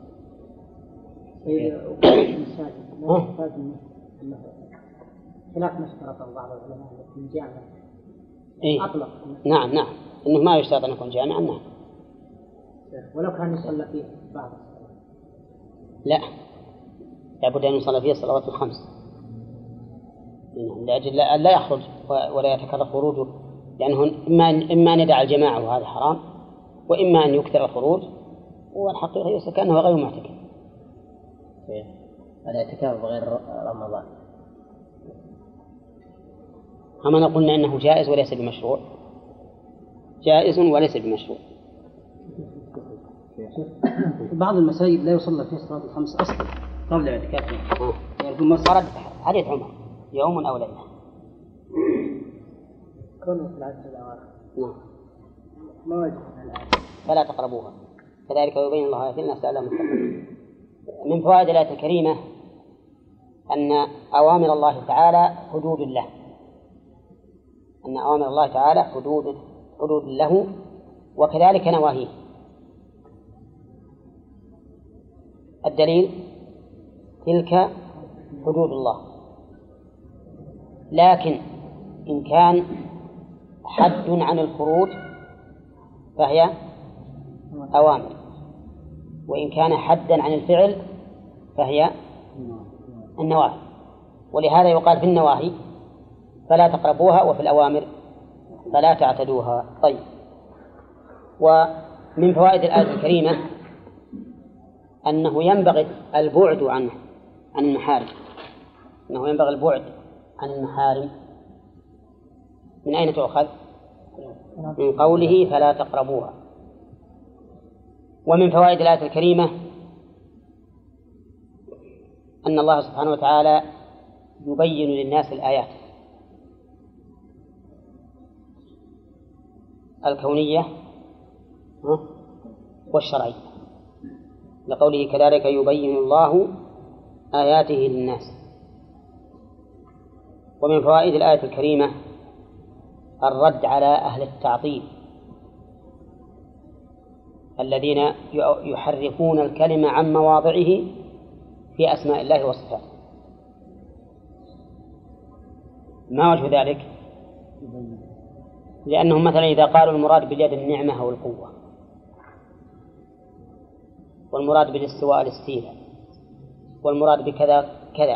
خلاف ما اشترط بعض العلماء في الجامع. إيه؟ أطلق. نعم نعم، إنه ما يشترط أن يكون جامعا. نعم. ولو كان يصلى فيه بعض. لا، لابد أن يصلى فيه الصلوات الخمس، لأجل أن لا يخرج ولا يتكرر خروجه، لأنه إما إما أن يدع الجماعة وهذا حرام، وإما أن يكثر الخروج، والحقيقة يصير كأنه غير معتكف. الاعتكاف غير رمضان أما قلنا إنه جائز وليس بمشروع، جائز وليس بمشروع. بعض المساجد لا يصلى فيها الصلاة الخمس أصلا قبل الاعتكاف، ثم صارت حديث عمر يوم أو ليلة. كونه في العشر الأواخر. نعم. ما وجه الآن؟ فلا تقربوها، كذلك يبين الله آياته للناس لعلهم يتقون. من فوائد الآية الكريمة أن أوامر الله تعالى حدود له، أن أوامر الله تعالى حدود حدود له، وكذلك نواهيه. الدليل: تلك حدود الله. لكن إن كان حد عن الخروج فهي أوامر، وإن كان حدا عن الفعل فهي النواهي. ولهذا يقال في النواهي: فلا تقربوها، وفي الأوامر: فلا تعتدوها. طيب. ومن فوائد الآية الكريمة أنه ينبغي البعد عنه عن المحارم، أنه ينبغي البعد عن المحارم. من أين تؤخذ؟ من قوله: فلا تقربوها. ومن فوائد الآية الكريمة أن الله سبحانه وتعالى يبين للناس الآيات الكونية والشرعية، لقوله: كذلك يبين الله آياته للناس. ومن فوائد الآية الكريمة الرد على أهل التعطيل الذين يحرفون الكلمة عن مواضعه في أسماء الله وصفاته. ما وجه ذلك؟ لأنهم مثلا إذا قالوا المراد باليد النعمة أو القوة، والمراد بالاستواء الاستيلاء، والمراد بكذا كذا،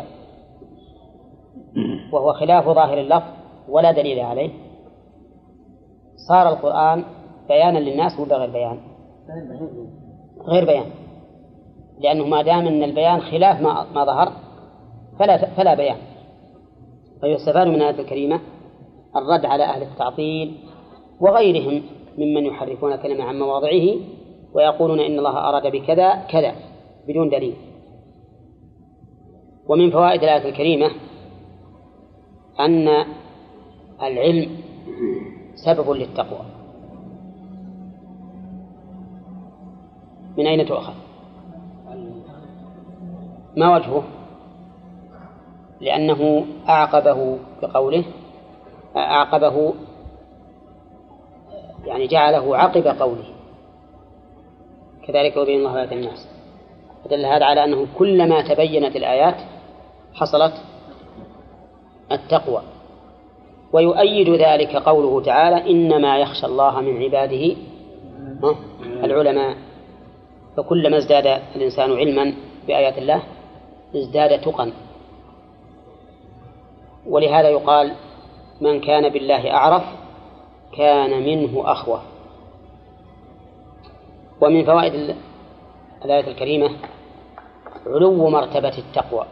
وهو خلاف ظاهر اللفظ ولا دليل عليه، صار القرآن بيانا للناس ولا غير بيان؟ غير بيان، لأنه ما دام أن البيان خلاف ما ما ظهر فلا فلا بيان. فيستفاد من الآية الكريمة الرد على أهل التعطيل وغيرهم ممن يحرفون كلمة عن مواضعه ويقولون إن الله أراد بكذا كذا بدون دليل. ومن فوائد الآية الكريمة أن العلم سبب للتقوى. من أين تؤخذ؟ ما وجهه؟ لأنه أعقبه بقوله أعقبه يعني جعله عقب قوله كذلك يبين الله آيات الناس. فدل هذا على أنه كلما تبينت الآيات حصلت التقوى. ويؤيد ذلك قوله تعالى إنما يخشى الله من عباده العلماء. فكلما ازداد الإنسان علما بآيات الله ازداد تقا. ولهذا يقال من كان بالله أعرف كان منه أخوف. ومن فوائد الآية الكريمة علو مرتبة التقوى.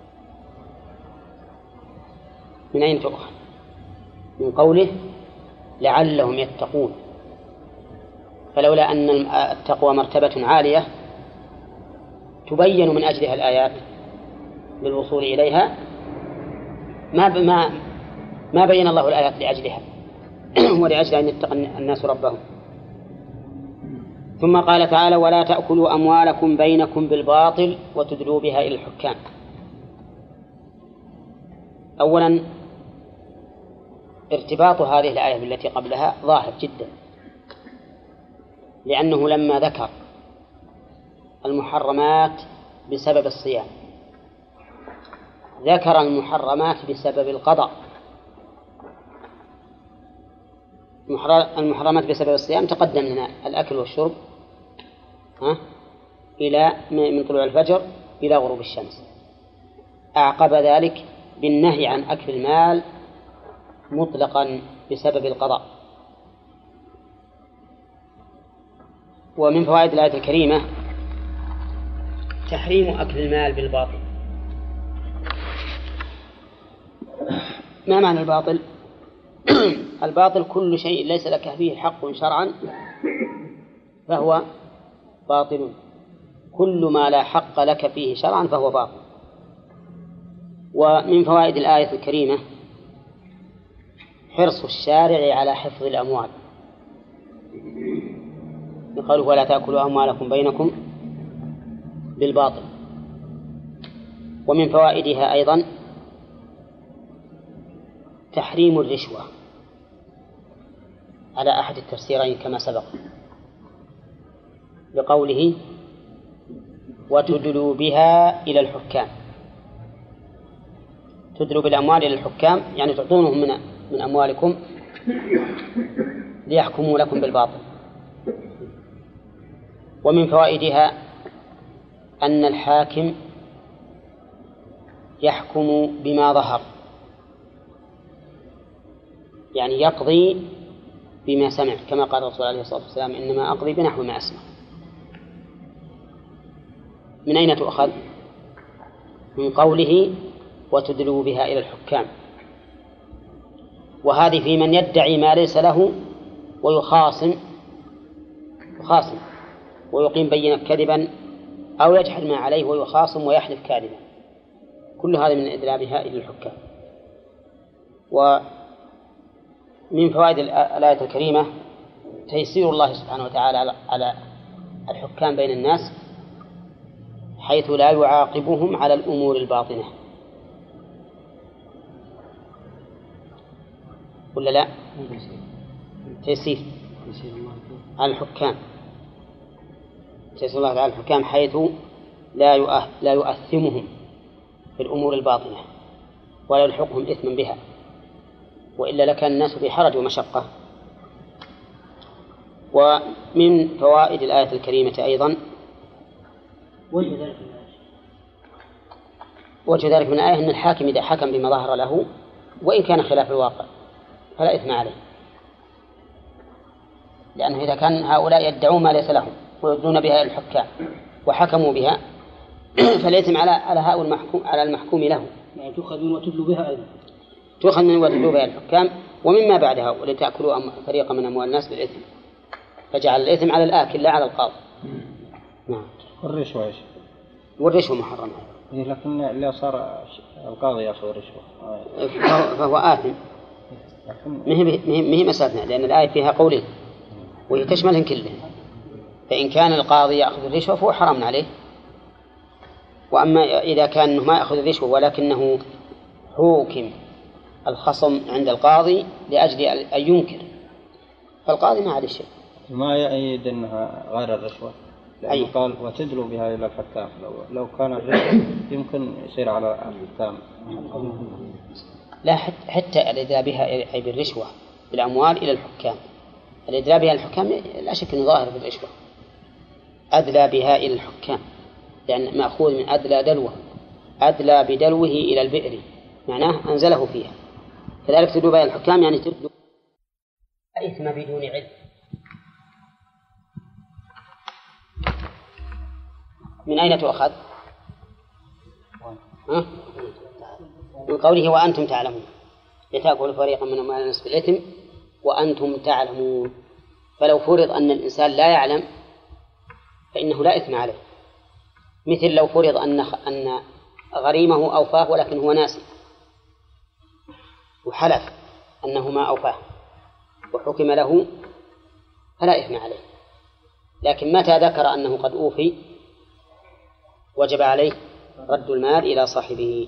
من أين تؤخذ؟ من قوله لعلهم يتقون. فلولا أن التقوى مرتبة عالية تبين من أجلها الآيات للوصول إليها ما ما ما بين الله الآيات لأجلها ولأجل أن يتقى الناس ربهم. ثم قال تعالى ولا تأكلوا أموالكم بينكم بالباطل وتدلوا بها إلى الحكام. أولا ارتباط هذه الآية بالتي قبلها ظاهر جدا، لأنه لما ذكر المحرمات بسبب الصيام ذكر المحرمات بسبب القضاء. المحرمات بسبب الصيام تقدم لنا الأكل والشرب ها إلى من طلوع الفجر إلى غروب الشمس. أعقب ذلك بالنهي عن أكل المال مطلقا بسبب القضاء. ومن فوائد الآية الكريمة تحريم أكل المال بالباطل. ما معنى الباطل؟ الباطل كل شيء ليس لك فيه حق شرعا فهو باطل. كل ما لا حق لك فيه شرعا فهو باطل. ومن فوائد الآية الكريمة حرص الشارع على حفظ الأموال. قالوا ولا تأكلوا أموالكم بينكم بالباطل. ومن فوائدها أيضا تحريم الرشوة على أحد التفسيرين كما سبق بقوله وتدلوا بها إلى الحكام. تدلوا بالأموال إلى الحكام يعني تعطونهم من من أموالكم ليحكموا لكم بالباطل. ومن فوائدها أن الحاكم يحكم بما ظهر، يعني يقضي بما سمع كما قال الرسول عليه الصلاة والسلام إنما أقضي بنحو ما أسمع. من أين تؤخذ؟ من قوله وتدلوا بها إلى الحكام. وهذه في من يدعي ما ليس له ويخاصم يخاصم ويقيم بينة كذبا أو يجحد ما عليه ويخاصم ويحلف كاذبا. كل هذا من إدلابها إلى الحكام. ومن فوائد الآية الكريمة تيسير الله سبحانه وتعالى على الحكام بين الناس حيث لا يعاقبهم على الأمور الباطنة. ولا لا؟ تيسير على الحكام تيسير الله على الحكام حيث لا لا يؤثمهم في الأمور الباطنة ولا يلحقهم إثما بها، وإلا لكان الناس في حرج ومشقة. ومن فوائد الآية الكريمة أيضا وجه ذلك من الآية أن الحاكم إذا حكم بما ظهر له وإن كان خلاف الواقع فلا إثم عليه، لأنه إذا كان هؤلاء يدعون ما ليس لهم ويدلون بها إلى الحكام وحكموا بها فالإثم على على هؤلاء المحكوم على المحكوم له، يعني تؤخذ من وتدلو بها أيضا، تؤخذ من وتدلو بها الحكام ومما بعدها، ولتأكلوا فريقا من أموال الناس بالإثم، فجعل الإثم على الآكل لا على القاضي. نعم. والرشوة إيش؟ والرشوة محرمة. إيه لكن اللي صار القاضي يأخذ رشوة فهو, فهو آثم. ما هي ما هي مسألتنا، لأن الآية فيها قولين وهي تشملهم كلهم. فإن كان القاضي يأخذ الرشوة فهو حرام عليه، وأما إذا كان ما يأخذ الرشوة ولكنه حوكم الخصم عند القاضي لأجل أن ينكر، فالقاضي ما عليه شيء. ما يأيد أنها غير الرشوة، لأنه أي. قال وتدلو بها إلى الحكام، لو, لو كان الرشوة يمكن يصير على الحكام. لا، حتى الإدلاء بها أي بالرشوة بالأموال إلى الحكام، الإدلاء بها الحكام لا شك أنه ظاهر بالرشوة، أدلى بها إلى الحكام لأن مأخوذ من أدلى دلوه، أدلى بدلوه إلى البئر، معناه أنزله فيها، كذلك تدلو بها الحكام يعني تدلو إثم بدون علم. من أين تؤخذ؟ ها؟ من قوله وأنتم تعلمون، لتأكلوا فريقا من أموال الناس بالإثم وأنتم تعلمون. فلو فرض أن الإنسان لا يعلم فإنه لا إثم عليه، مثل لو فرض أن أن غريمه أوفاه ولكن هو ناسي وحلف أنه ما أوفاه وحكم له فلا إثم عليه، لكن متى ذكر أنه قد أوفي وجب عليه رد المال إلى صاحبه.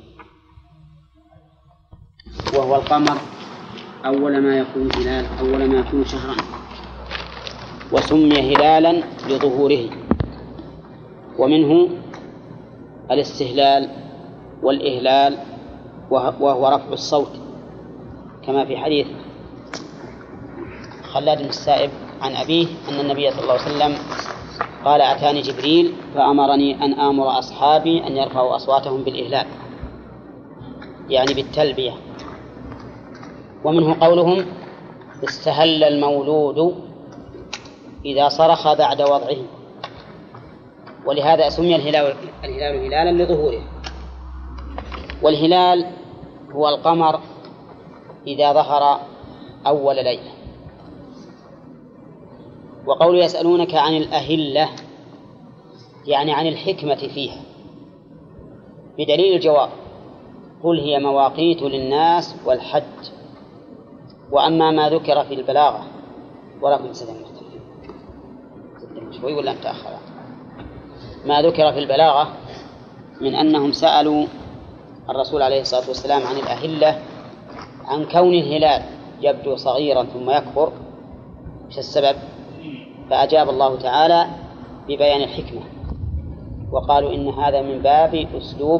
وهو القمر أول ما يكون هلال أول ما يكون شهرا، وسمي هلالا لظهوره، ومنه الاستهلال والإهلال وهو رفع الصوت، كما في حديث خلاد بن السائب عن أبيه أن النبي صلى الله عليه وسلم قال أتاني جبريل فأمرني أن آمر أصحابي أن يرفعوا أصواتهم بالإهلال يعني بالتلبية. ومنه قولهم استهل المولود إذا صرخ بعد وضعه، ولهذا سمي الهلال الهلال هلالا لظهوره. والهلال هو القمر إذا ظهر أول ليلة. وقول يسألونك عن الأهلة يعني عن الحكمة فيها، بدليل الجواب قل هي مواقيت للناس والحج. وأما ما ذكر في البلاغة ولكم سلام شوي ولا متأخر، ما ذكر في البلاغة من أنهم سألوا الرسول عليه الصلاة والسلام عن الأهلة عن كون الهلال يبدو صغيرا ثم يكبر، مش السبب؟ فأجاب الله تعالى ببيان الحكمة، وقالوا إن هذا من باب أسلوب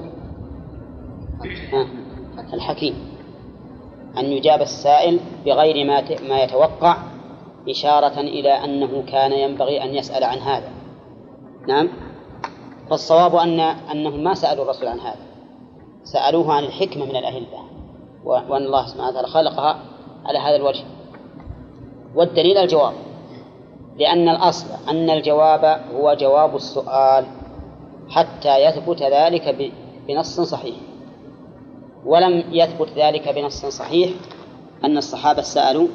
الحكيم أن يجاب السائل بغير ما يتوقع، إشارة إلى أنه كان ينبغي أن يسأل عن هذا. نعم. فالصواب أن أنهم ما سألوا الرسول عن هذا، سألوه عن الحكمة من الأهلة، وأن الله سبحانه وتعالى خلقها على هذا الوجه. والدليل الجواب، لأن الأصل أن الجواب هو جواب السؤال حتى يثبت ذلك بنص صحيح، ولم يثبت ذلك بنص صحيح أن الصحابة سألوا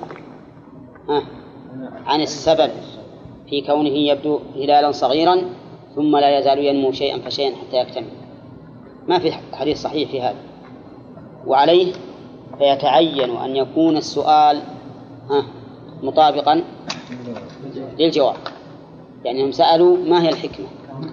عن السبب في كونه يبدو هلالا صغيرا ثم لا يزال ينمو شيئا فشيئا حتى يكتمل، ما في حديث صحيح في هذا. وعليه فيتعين أن يكون السؤال مطابقا للجواب، يعني هم سألوا ما هي الحكمة،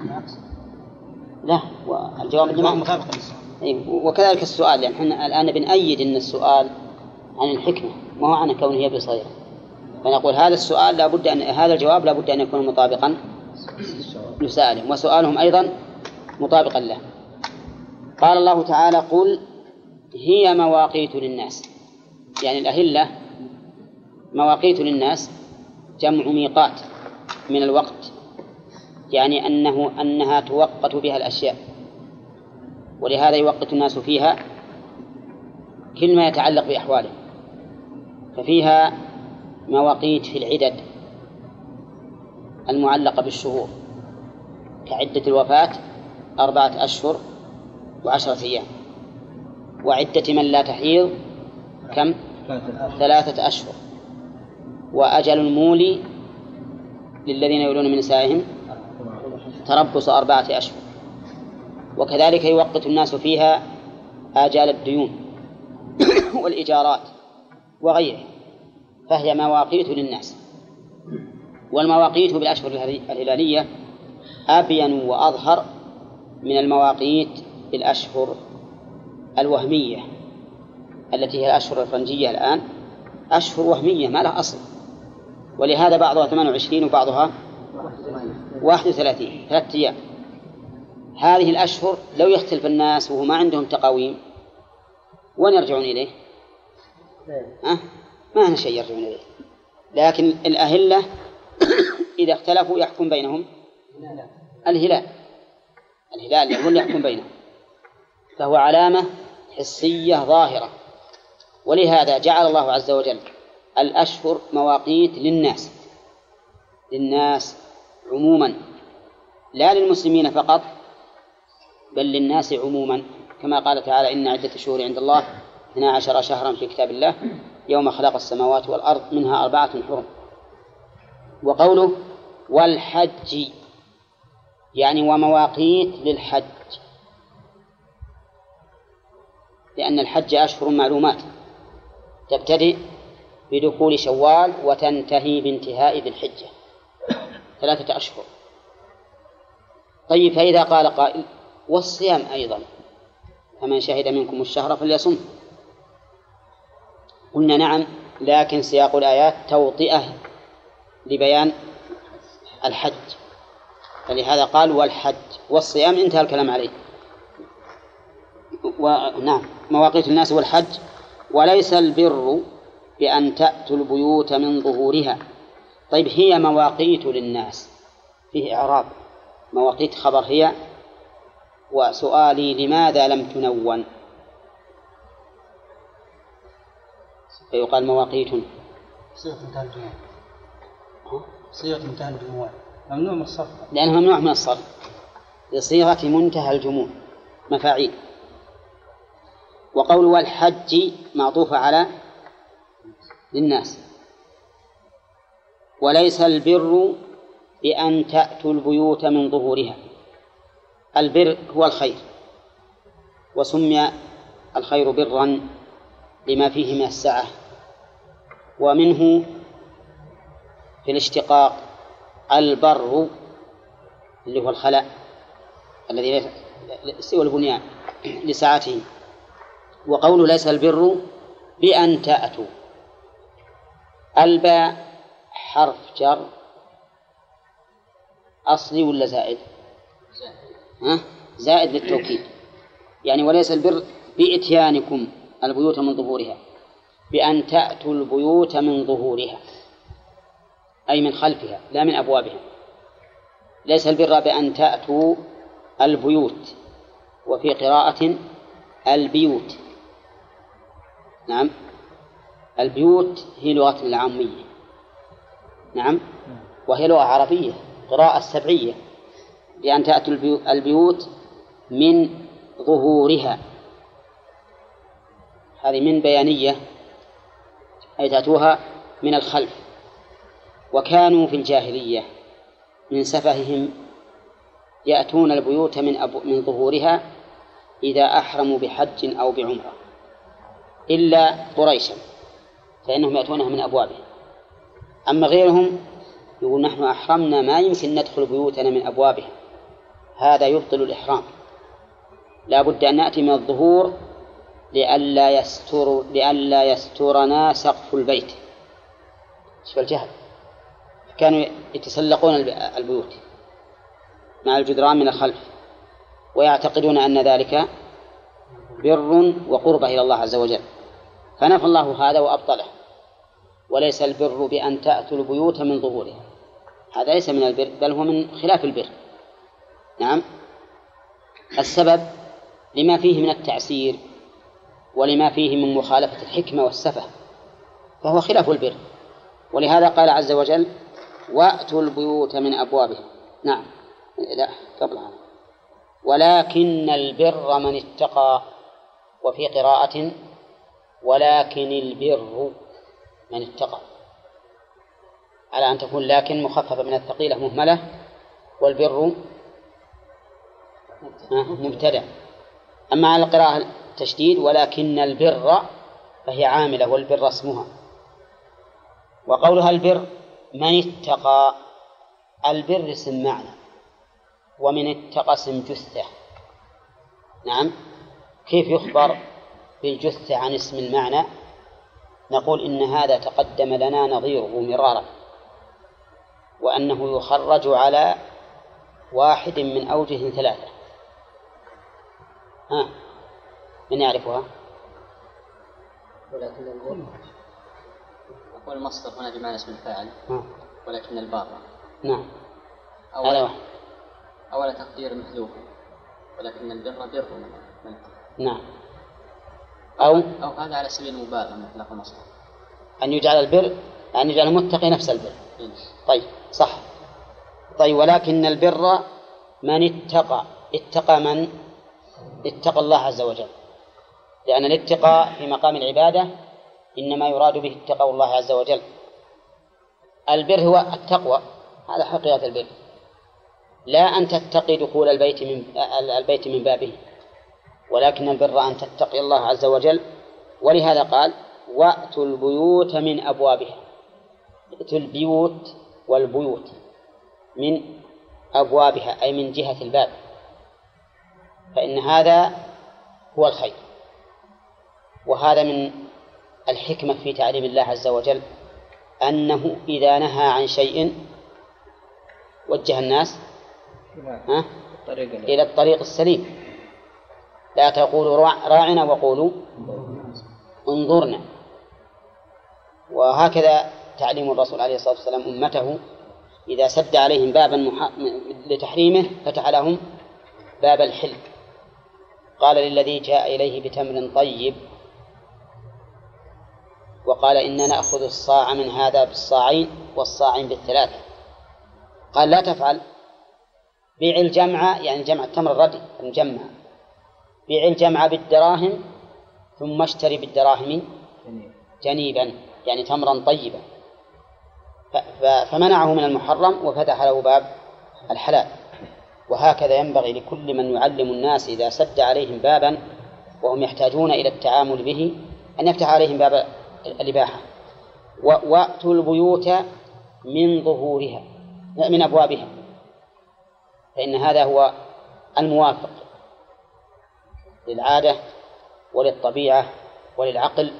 لا والجواب جماعة مطابقا، وكذلك السؤال، يعني احنا الآن بنأيد أن السؤال عن الحكمة ما هو عن كونه يبدو صغيرا، فنقول هذا السؤال لا بد أن هذا الجواب لا بد أن يكون مطابقا لسائلهم، وسؤالهم أيضا مطابقا له. قال الله تعالى قل هي مواقيت للناس، يعني الأهلة مواقيت للناس جمع ميقات من الوقت، يعني أنه أنها توقت بها الأشياء، ولهذا يوقت الناس فيها كل ما يتعلق بأحوالهم. ففيها مواقيت في العدد المعلقة بالشهور كعدة الوفاة أربعة أشهر وعشرة أيام، وعدة من لا تحيض كم؟ ثلاثة أشهر، وأجل المولي للذين يولون من نسائهم تربص أربعة أشهر. وكذلك يوقت الناس فيها آجال الديون والإيجارات وغيره، فهي مواقيت للناس. والمواقيت بالأشهر الهلالية أبين وأظهر من المواقيت بالأشهر الوهمية التي هي الأشهر الفرنجية. الآن أشهر وهمية ما لها أصل، ولهذا بعضها ثمانية وعشرين وبعضها واحد وثلاثين، ثلاثة أيام. هذه الأشهر لو يختلف الناس وهو ما عندهم تقاويم وين يرجعون إليه؟ أه؟ ما هنا شيء يرجعون إليه. لكن الأهلة إذا اختلفوا يحكم بينهم الهلال، الهلال هو اللي يحكم بينهم، فهو علامة حسية ظاهرة. ولهذا جعل الله عز وجل الأشهر مواقيت للناس، للناس عموما، لا للمسلمين فقط بل للناس عموما، كما قال تعالى: إن عدة الشهور عند الله اثنا عشر شهرا في كتاب الله يوم خلق السماوات والأرض منها أربعة حرم. وقوله والحج يعني ومواقيت للحج، لأن الحج أشهر معلومات تبتدئ بدخول شوال وتنتهي بانتهاء ذي الحجة، ثلاثة أشهر. طيب، فإذا قال قائل: والصيام أيضا، فمن شهد منكم الشهر فليصم، قلنا نعم، لكن سياق الآيات توطئة لبيان الحج، فلهذا قال والحج، والصيام انتهى الكلام عليه. ونعم، مواقيت الناس والحج. وليس البر بأن تأتوا البيوت من ظهورها. طيب، هي مواقيت للناس فيه إعراب، مواقيت خبر هي، وسؤالي لماذا لم تنون؟ فيقال مواقيت صيغة انتهى الجموع، صيغة انتهى الجموع ممنوع من الصرف، لأنه ممنوع من الصرف لصيغة منتهى الجموع مفاعيل. وقول والحج معطوف على للناس. وليس البر بأن تأتوا البيوت من ظهورها. البر هو الخير، وسمي الخير برا لما فيه من السعة، ومنه في الاشتقاق البر اللي هو الخلاء الذي سوى البنيان لسعته. وقوله ليس البر بأن تأتوا، الباء حرف جر أصلي ولا زائد؟ ها؟ زائد للتوكيد، يعني وليس البر بإتيانكم البيوت من ظهورها، بأن تأتوا البيوت من ظهورها أي من خلفها لا من أبوابها. ليس البر بأن تأتوا البيوت، وفي قراءة البيوت. نعم، البيوت هي لغة العامية، نعم، وهي لغة عربية قراءة سبعية، بأن تأتوا البيوت من ظهورها، هذه من بيانية أي تأتوها من الخلف. وكانوا في الجاهلية من سفههم يأتون البيوت من, أبو من ظهورها إذا أحرموا بحج أو بعمرة، إلا قريشا فإنهم يأتونها من أبوابها. أما غيرهم يقول نحن أحرمنا ما يمكن ندخل بيوتنا من أبوابها، هذا يبطل الإحرام، لا بد أن نأتي من الظهور لئلا يستر لئلا يسترنا سقف البيت. شوف الجهل، كانوا يتسلقون البيوت مع الجدران من الخلف ويعتقدون أن ذلك بر وقربة إلى الله عز وجل، فنفى الله هذا وأبطله. وليس البر بأن تأتوا البيوت من ظهورها، هذا ليس من البر بل هو من خلاف البر. نعم، السبب لما فيه من التعسير ولما فيه من مخالفة الحكمة والسفه، فهو خلاف البر. ولهذا قال عز وجل وأتوا البيوت من أبوابها. نعم، لا قبل هذا ولكن البر من اتقى، وفي قراءة ولكن البر من اتقى، على أن تكون لكن مخففة من الثقيلة مهملة، والبر مبتدأ. أما على القراءة التشديد ولكن البر فهي عاملة، والبر اسمها. وقولها البر من اتقى، البر اسم معنى، ومن اتقى اسم جثة. نعم، كيف يخبر بالجثة عن اسم المعنى؟ نقول إن هذا تقدم لنا نظيره مرارا، وأنه يخرج على واحد من أوجه ثلاثة. ها، من يعرفها؟ ولكن البر أقول المصدر هنا بمعنى اسم الفاعل، ولكن البار. نعم، أولا أولا تقدير محذوف، ولكن البر بر من. نعم، أو أو هذا على سبيل المبالغة من إطلاق المصدر، أن يجعل البر أن يجعل المتقي نفس البر. طيب صح. طيب ولكن البر من اتقى، اتقى من؟ اتقى الله عز وجل، لأن الاتقاء في مقام العبادة إنما يراد به اتقى الله عز وجل. البر هو التقوى، هذا حقيقة البر، لا أن تتقي دخول البيت من البيت من بابه، ولكن البر أن تتقي الله عز وجل. ولهذا قال وأتوا البيوت من أبوابها. ائتوا البيوت والبيوت من أبوابها أي من جهة الباب، فإن هذا هو الخير. وهذا من الحكمة في تعليم الله عز وجل، أنه إذا نهى عن شيء وجه الناس ها؟ إلى الطريق السليم. لا تقولوا راعنا وقولوا انظرنا. وهكذا تعليم الرسول عليه الصلاة والسلام أمته، إذا سد عليهم بابا مح... لتحريمه فتح لهم باب الحل. قال للذي جاء إليه بتمر طيب وقال إننا نأخذ الصاع من هذا بالصاعين والصاعين بالثلاثة، قال لا تفعل، بيع الجمع، يعني جمع التمر الردي المجمع، بيع الجمع بالدراهم ثم اشتري بالدراهم جنيبا، يعني تمرا طيبا. فمنعه من المحرم وفتح له باب الحلال. وهكذا ينبغي لكل من يعلم الناس إذا سد عليهم بابا وهم يحتاجون إلى التعامل به أن يفتح عليهم باب الإباحة. وأتوا البيوت من ظهورها، من أبوابها، فإن هذا هو الموافق للعادة وللطبيعة وللعقل.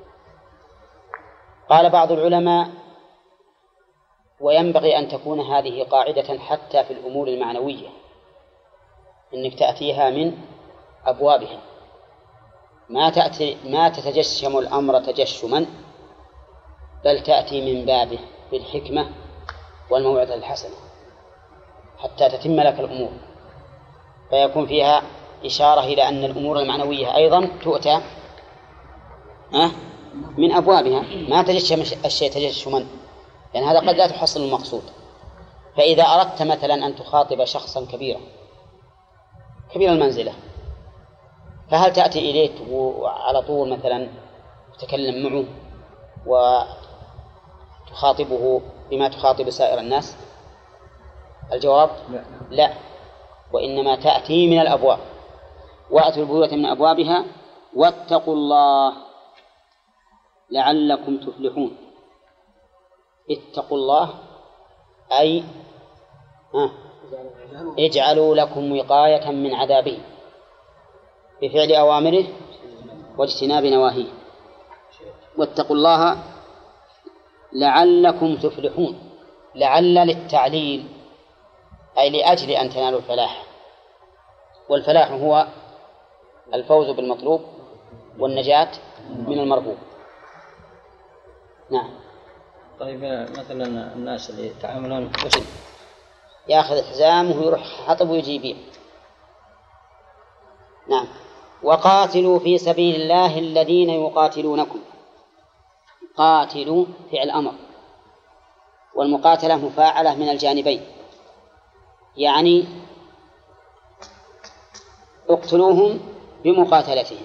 قال بعض العلماء وينبغي أن تكون هذه قاعدة حتى في الأمور المعنوية، إنك تأتيها من أبوابها، ما تأتي ما تتجشم الأمر تجشما، بل تأتي من بابه بالحكمة والموعظة الحسنة حتى تتم لك الأمور، فيكون فيها إشارة إلى أن الأمور المعنوية أيضا تؤتى من أبوابها، ما تجشم الشيء تجشما، لأن هذا قد لا تحصل المقصود. فإذا أردت مثلا أن تخاطب شخصا كبيرا كبير المنزلة، فهل تأتي إليه وعلى طول مثلا تتكلم معه وتخاطبه بما تخاطب سائر الناس؟ الجواب لا, لا. وإنما تأتي من الأبواب. وأتوا البيوت من أبوابها واتقوا الله لعلكم تفلحون. اتقوا الله أي آه اجعلوا لكم وقاية من عذابه بفعل أوامره واجتناب نواهيه. واتقوا الله لعلكم تفلحون. لعل للتعليل أي لأجل أن تنالوا الفلاح، والفلاح هو الفوز بالمطلوب والنجاة من المرغوب. نعم. طيب مثلا الناس اللي يتعاملون يأخذ حزامه ويروح حطب ويجي يبيع. نعم. وقاتلوا في سبيل الله الذين يقاتلونكم. قاتلوا فعل أمر، والمقاتلة مفاعلة من الجانبين، يعني اقتلوهم بمقاتلتهم،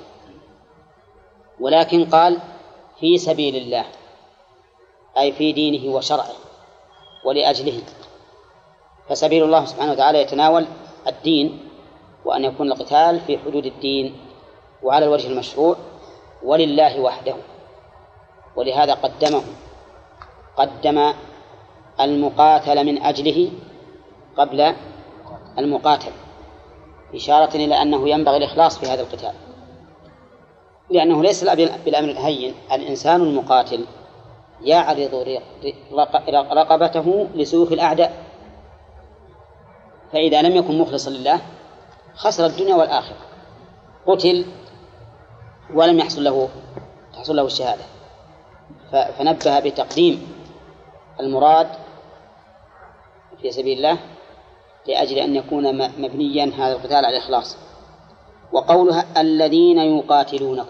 ولكن قال في سبيل الله، أي في دينه وشرعه ولأجله. فسبيل الله سبحانه وتعالى يتناول الدين، وأن يكون القتال في حدود الدين وعلى الوجه المشروع ولله وحده، ولهذا قدمه قدم المقاتل من أجله قبل المقاتل، إشارة إلى أنه ينبغي الإخلاص في هذا القتال، لأنه ليس بالأمر الهين. الإنسان المقاتل يعرض رقبته لسيوف الأعداء، فإذا لم يكن مخلصا لله خسر الدنيا والآخرة، قتل ولم يحصل له تحصل له الشهادة. فنبه بتقديم المراد في سبيل الله لأجل أن يكون مبنيا هذا القتال على الإخلاص. وقولها الذين يقاتلونكم،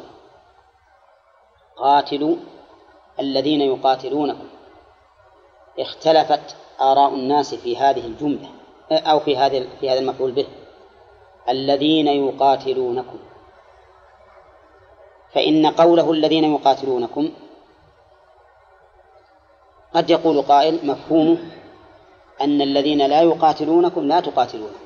قاتلوا الذين يقاتلونكم، اختلفت آراء الناس في هذه الجملة أو في هذا في هذا المفعول به، الذين يقاتلونكم. فإن قوله الذين يقاتلونكم قد يقول قائل مفهومه أن الذين لا يقاتلونكم لا تقاتلونهم،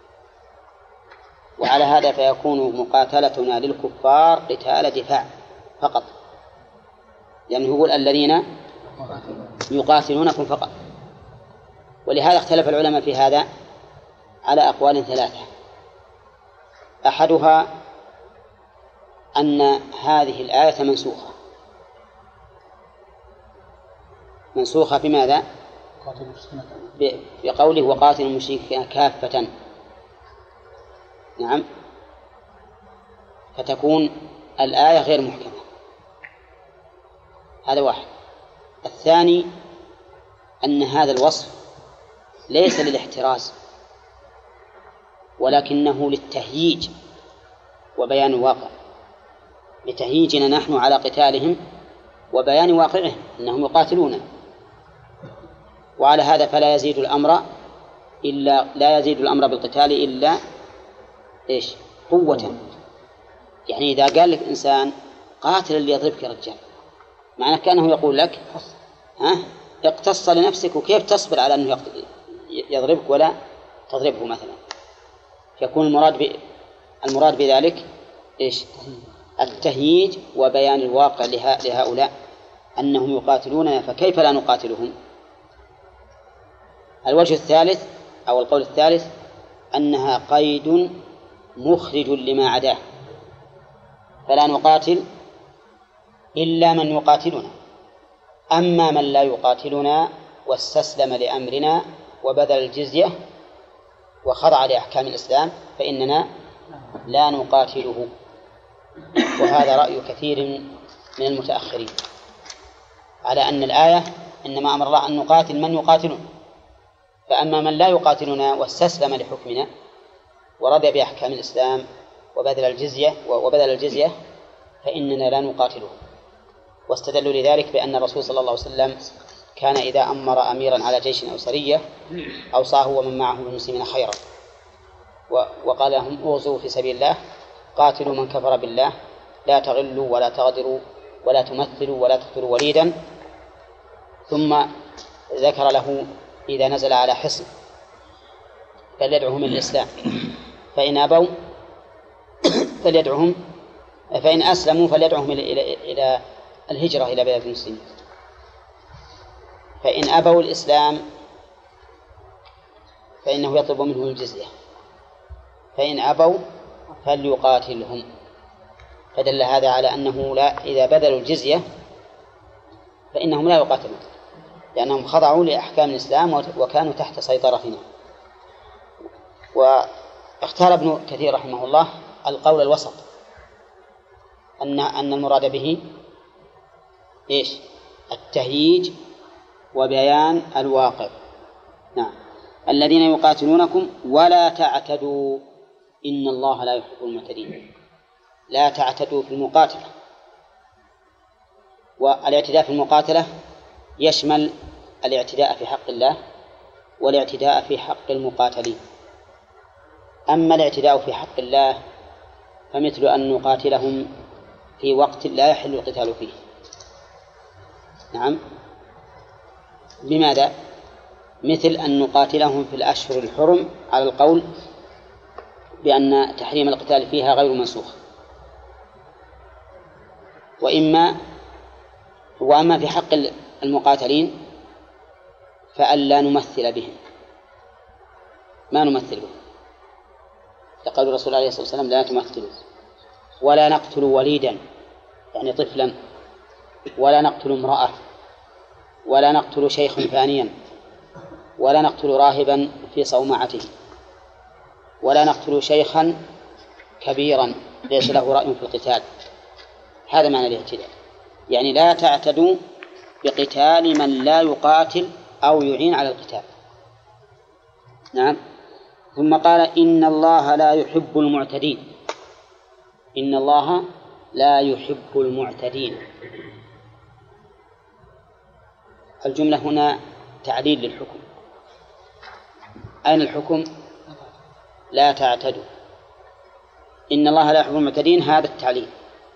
وعلى هذا فيكون مقاتلتنا للكفار قتال دفاع فقط، لأنه يقول الذين يقاتلونكم فقط. ولهذا اختلف العلماء في هذا على أقوال ثلاثة. أحدها أن هذه الآية منسوخة. منسوخة بماذا؟ بقوله وقاتل المشركين كافة. نعم، فتكون الآية غير محكمة. هذا واحد. الثاني أن هذا الوصف ليس للاحتراز، ولكنه للتهييج وبيان الواقع، لتهييجنا نحن على قتالهم وبيان واقعهم أنهم يقاتلون. وعلى هذا فلا يزيد الأمر إلا لا يزيد الأمر بالقتال إلا إيش؟ قوة. يعني إذا قال لك إنسان قاتل اللي يضربك يا رجال، معناه كأنه يقول لك ها اقتص لنفسك، وكيف تصبر على أنه يضربك ولا تضربه مثلا. يكون المراد ب... المراد بذلك إيش؟ التهييج وبيان الواقع له... لهؤلاء أنهم يقاتلوننا فكيف لا نقاتلهم. الوجه الثالث أو القول الثالث أنها قيد مخرج لما عداه، فلا نقاتل إلا من يقاتلنا، أما من لا يقاتلنا واستسلم لأمرنا وبذل الجزية وخضع لأحكام الإسلام فإننا لا نقاتله. وهذا رأي كثير من المتأخرين على أن الآية إنما أمر الله أن نقاتل من يقاتلنا، فأما من لا يقاتلنا واستسلم لحكمنا ورضي بأحكام الإسلام وبذل الجزية وبذل الجزية فإننا لا نقاتله. واستدلوا لذلك بأن الرسول صلى الله عليه وسلم كان إذا أمر أميرا على جيش أو سرية أوصاه ومن معه من المسلمين خيرا، وقال لهم اوغزوا في سبيل الله، قاتلوا من كفر بالله، لا تغلوا ولا تغدروا ولا تمثلوا ولا تقتلوا وليدا. ثم ذكر له إذا نزل على حصن فليدعوهم إلى الإسلام، فإن أبوا فليدعوهم فإن أسلموا فليدعوهم إلى, إلى, إلى الهجرة إلى بلاد المسلمين، فإن أبوا الإسلام فإنه يطلب منهم الجزية، فإن أبوا فليقاتلهم. فدل هذا على أنه لا إذا بذلوا الجزية فإنهم لا يقاتلون، لأنهم خضعوا لأحكام الإسلام وكانوا تحت سيطرتنا. واختار ابن كثير رحمه الله القول الوسط، أن أن المراد به إيش؟ التهييج وبيان الواقع. نعم، الذين يقاتلونكم ولا تعتدوا إن الله لا يحب المعتدين. لا تعتدوا في المقاتلة، والاعتداء في المقاتلة يشمل الاعتداء في حق الله والاعتداء في حق المقاتلين. أما الاعتداء في حق الله فمثل أن نقاتلهم في وقت لا يحل القتال فيه. نعم. بماذا؟ مثل أن نقاتلهم في الأشهر الحرم على القول بأن تحريم القتال فيها غير منسوخ. وإما وأما في حق المقاتلين فألا نمثل بهم، ما نمثل بهم، يقول الرسول عليه الصلاة والسلام لا تمثلوا، ولا نقتل وليدا يعني طفلا، ولا نقتل امرأة، ولا نقتل شيخا فانيا، ولا نقتل راهبا في صومعته، ولا نقتل شيخا كبيرا ليس له رأي في القتال. هذا معنى الاعتداء، يعني لا تعتدوا بقتال من لا يقاتل أو يعين على القتال. نعم. ثم قال إن الله لا يحب المعتدين. إن الله لا يحب المعتدين. الجملة هنا تعليل للحكم. أين الحكم؟ لا تعتدوا. إن الله لا يحب المعتدين، هذا التعليل.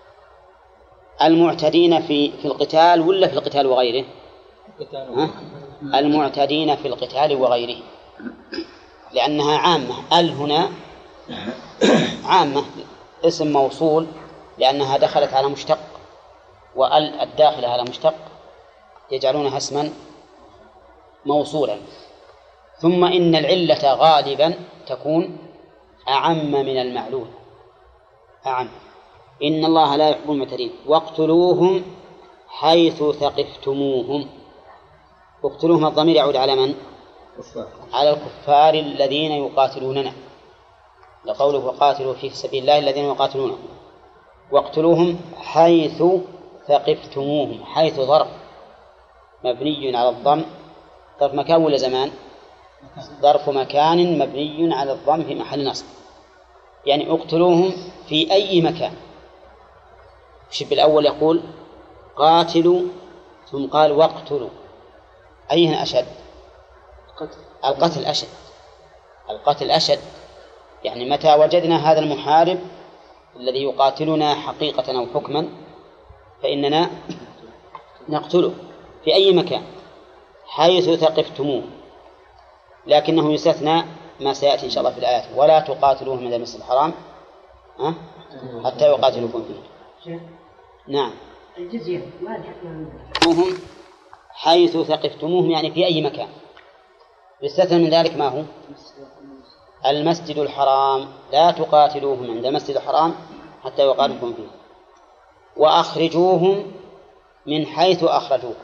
المعتدين في في القتال ولا في القتال وغيره؟ ها؟ المعتدين في القتال وغيره، لأنها عامة. ال هنا عامة اسم موصول لأنها دخلت على مشتق، وال الداخل على مشتق يجعلونها اسما موصولا. ثم إن العلة غالبا تكون أعم من المعلول، أعم. إن الله لا يحب المعتدين واقتلوهم حيث ثقفتموهم. اقتلوهم الضمير يعود على من؟ على الكفار الذين يقاتلوننا، لقوله وقاتلوا في سبيل الله الذين يقاتلونهم. واقتلوهم حيث ثقفتموهم. حيث ظرف مبني على الضم، ظرف مكان ولا زمان؟ ظرف مكان مبني على الضم في محل نصب، يعني اقتلوهم في أي مكان. الشبه الأول يقول قاتلوا ثم قال واقتلوا، أيهن أشد؟ القتل أشد. القتل أشد، يعني متى وجدنا هذا المحارب الذي يقاتلنا حقيقة أو حكما فإننا نقتله في أي مكان حيث ثقفتموه. لكنه يستثنى ما سيأتي إن شاء الله في الآيات، ولا تقاتلوهم عند المسجد الحرام حتى يقاتلوكم فيه. نعم. الجزية ما هم حيث ثقفتموهم يعني في أي مكان. يستثنى من ذلك ما هو؟ المسجد الحرام، لا تقاتلوهم عند المسجد الحرام حتى يقاتلوكم فيه. وأخرجوهم من حيث أخرجوكم.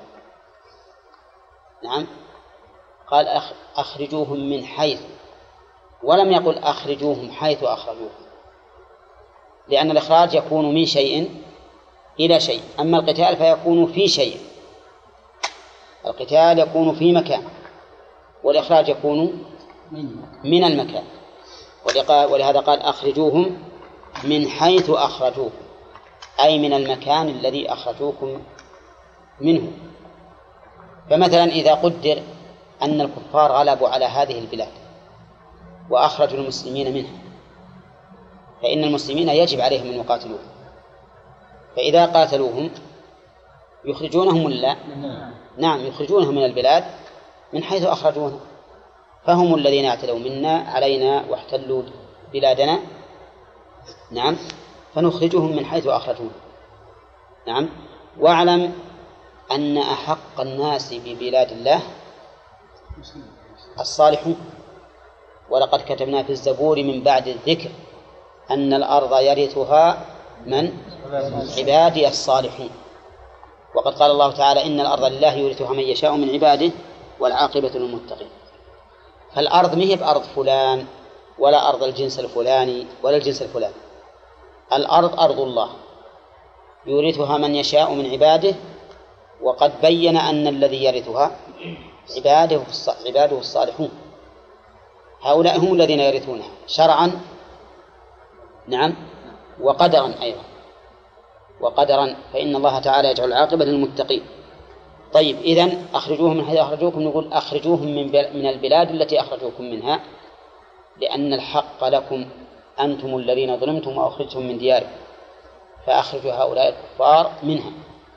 نعم. قال أخرجوهم من حيث، ولم يقل أخرجوهم حيث أخرجوكم، لأن الإخراج يكون من شيء إلى شيء، أما القتال فيكون في شيء. القتال يكون في مكان، والإخراج يكون من المكان. ولهذا قال أخرجوهم من حيث أخرجوكم، أي من المكان الذي أخرجوكم منه. فمثلا إذا قدر أن الكفار غلبوا على هذه البلاد وأخرجوا المسلمين منها، فإن المسلمين يجب عليهم أن يقاتلوهم، فإذا قاتلوهم يخرجونهم ولا؟ نعم، يخرجونهم من البلاد من حيث أخرجونا، فهم الذين اعتدوا منا علينا واحتلوا بلادنا. نعم. فنخرجهم من حيث أخرجونا. نعم. واعلم أن أحق الناس ببلاد الله الصالحون، ولقد كتبنا في الزبور من بعد الذكر أن الأرض يرثها من؟ عبادي الصالحون. وقد قال الله تعالى إن الأرض لله يورثها من يشاء من عباده والعاقبة للمتقين. فالأرض ما هي بأرض فلان ولا أرض الجنس الفلاني ولا الجنس الفلاني، الأرض أرض الله يورثها من يشاء من عباده، وقد بين أن الذي يرثها عباده عباده الصالحون. هؤلاء هم الذين يرثونها شرعا نعم وقدرا أيضا، وقدرا فإن الله تعالى يجعل العاقبة للمتقين. طيب، إذن أخرجوهم من حيث أخرجوكم، نقول أخرجوهم من من البلاد التي أخرجوكم منها، لأن الحق لكم أنتم الذين ظلمتم وأخرجتم من دياركم فأخرجوا هؤلاء الكفار منها.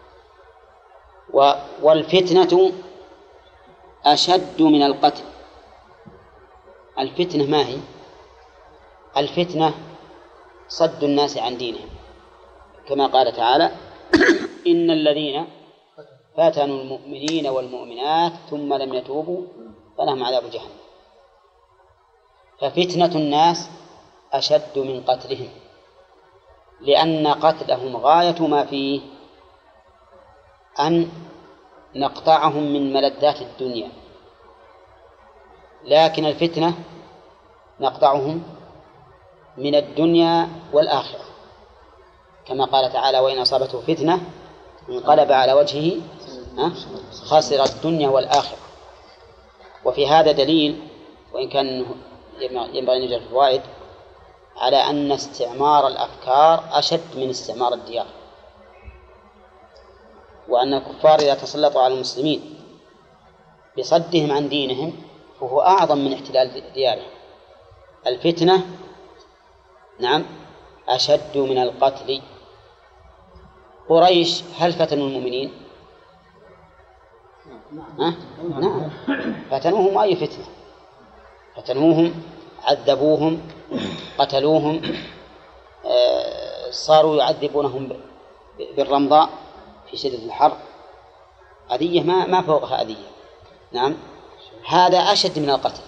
والفتنة أشد من القتل. الفتنة ما هي؟ الفتنة صد الناس عن دينهم، كما قال تعالى إن الذين فتنوا المؤمنين والمؤمنات ثم لم يتوبوا فلهم عذاب جهنم. ففتنة الناس أشد من قتلهم، لأن قتلهم غاية ما فيه أن نقطعهم من ملذات الدنيا، لكن الفتنة نقطعهم من الدنيا والآخرة، كما قال تعالى وإن أصابته فتنة انقلب على وجهه خاسر الدنيا والآخرة. وفي هذا دليل، وإن كان ينبغي أن نجعل الفوائد، على أن استعمار الأفكار أشد من استعمار الديار، وأن الكفار إذا تسلطوا على المسلمين بصدهم عن دينهم فهو أعظم من احتلال ديارهم. الفتنة نعم أشد من القتل. قريش هل فتنوا المؤمنين؟ أه؟ نعم فتنوهم. أي فتنة؟ فتنوهم، عذبوهم، قتلوهم، آه صاروا يعذبونهم بالرمضاء في شدة الحر، أذية ما ما فوقها أذية. نعم هذا أشد من القتل،